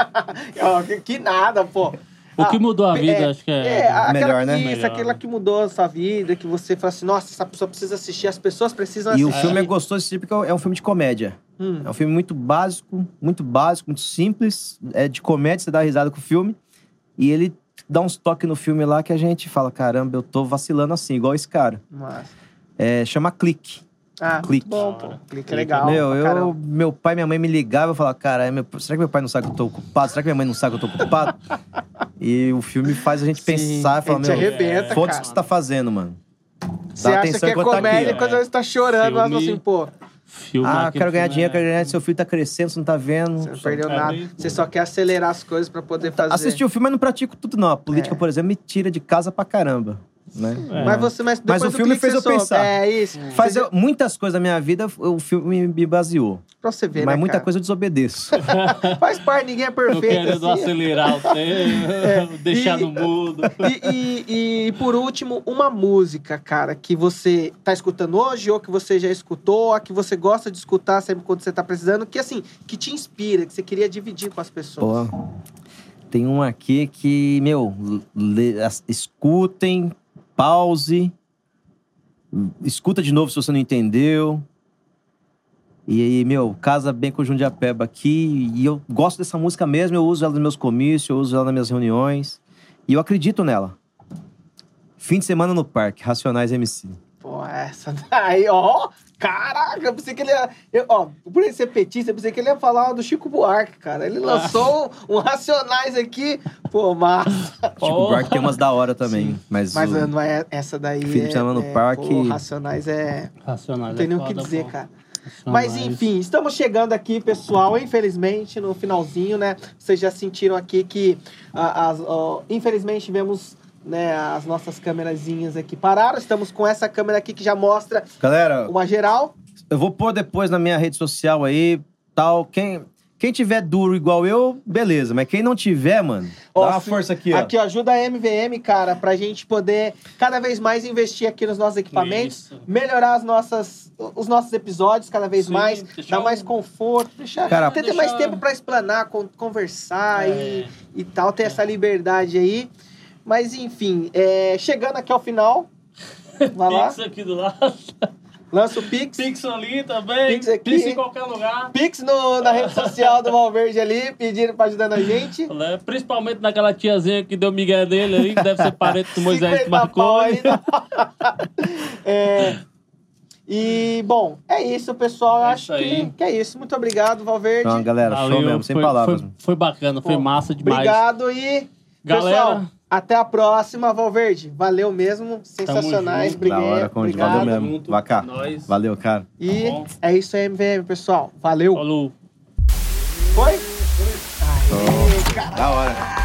que nada, pô. O que mudou a vida, acho que melhor, né? Isso, aquela que mudou a sua vida, que você fala assim, nossa, essa pessoa precisa assistir, as pessoas precisam assistir. E o filme é gostoso porque é um filme de comédia. É um filme muito básico, muito simples. É de comédia, você dá risada com o filme. E ele dá uns toques no filme lá que a gente fala, caramba, eu tô vacilando assim, igual esse cara. Massa. Chama Clique. Clique. Bom, pô. Clique é legal. Meu pai e minha mãe me ligavam e falavam, cara, será que meu pai não sabe que eu tô ocupado? Será que minha mãe não sabe que eu tô ocupado? E o filme faz a gente pensar e falar, foda-se o que você tá fazendo, mano. Você acha que é comédia quando você tá chorando, mas assim, pô... quero ganhar dinheiro, quero ganhar. Seu filho tá crescendo, você não tá vendo. Você não perdeu nada. Você só quer acelerar as coisas pra poder fazer. Assistir o filme, mas não pratico tudo, não. A política, por exemplo, me tira de casa pra caramba. Né? Mas o filme fez eu pensar. Isso. Muitas coisas da minha vida, o filme me baseou. Pra você ver, mas né, muita cara? coisa eu desobedeço. Faz parte, ninguém é perfeito. Tô querendo acelerar o tempo, deixar no mudo. E por último, uma música, cara, que você tá escutando hoje, ou que você já escutou, ou que você gosta de escutar sempre quando você tá precisando, que assim, que te inspira, que você queria dividir com as pessoas. Pô, tem uma aqui que, escutem, pause, escuta de novo se você não entendeu. E aí, casa bem com o Jundiapeba aqui. E eu gosto dessa música mesmo, eu uso ela nos meus comícios, eu uso ela nas minhas reuniões. E eu acredito nela. Fim de semana no parque, Racionais MC. Pô, essa daí, ó. Caraca, eu pensei que ele ia... por ele ser petista, eu pensei que ele ia falar do Chico Buarque, cara. Ele lançou um Racionais aqui. Pô, massa. Chico Buarque tem umas da hora também. Sim. Mas não é essa daí. Fim de semana no parque. Pô, Racionais é... Não tem nem o que dizer, cara. Racionais. Mas, enfim, estamos chegando aqui, pessoal, infelizmente, no finalzinho, né? Vocês já sentiram aqui que, infelizmente, tivemos... né, as nossas câmerazinhas aqui pararam. Estamos com essa câmera aqui que já mostra, galera, uma geral. Eu vou pôr depois na minha rede social aí, tal. Quem tiver duro igual eu, beleza. Mas quem não tiver, mano, dá uma força aqui, ó. Aqui, ó, ajuda a MVM, cara, pra gente poder cada vez mais investir aqui nos nossos equipamentos, melhorar os nossos episódios cada vez mais, dar mais conforto, ter mais tempo pra explanar, conversar e tal, ter essa liberdade aí. Mas, enfim, chegando aqui ao final, vai lá. Pix aqui do lado. Lança o Pix. Pix ali também. Pix aqui. Pix em qualquer lugar. Pix na rede social do Valverde ali, pedindo pra ajudando a gente. Principalmente naquela tiazinha que deu migué dele ali, que deve ser parente do Moisés que marcou. E, bom, é isso, pessoal. Eu acho que é isso. Muito obrigado, Valverde. Não, galera, show mesmo, sem palavras. Foi bacana, foi massa demais. Obrigado e, galera, pessoal, até a próxima, Valverde. Valeu mesmo, sensacionais. Obrigado. Valeu mesmo. Vaca. Valeu, cara. E é isso aí, MVM, pessoal. Valeu. Falou. Foi? Da hora.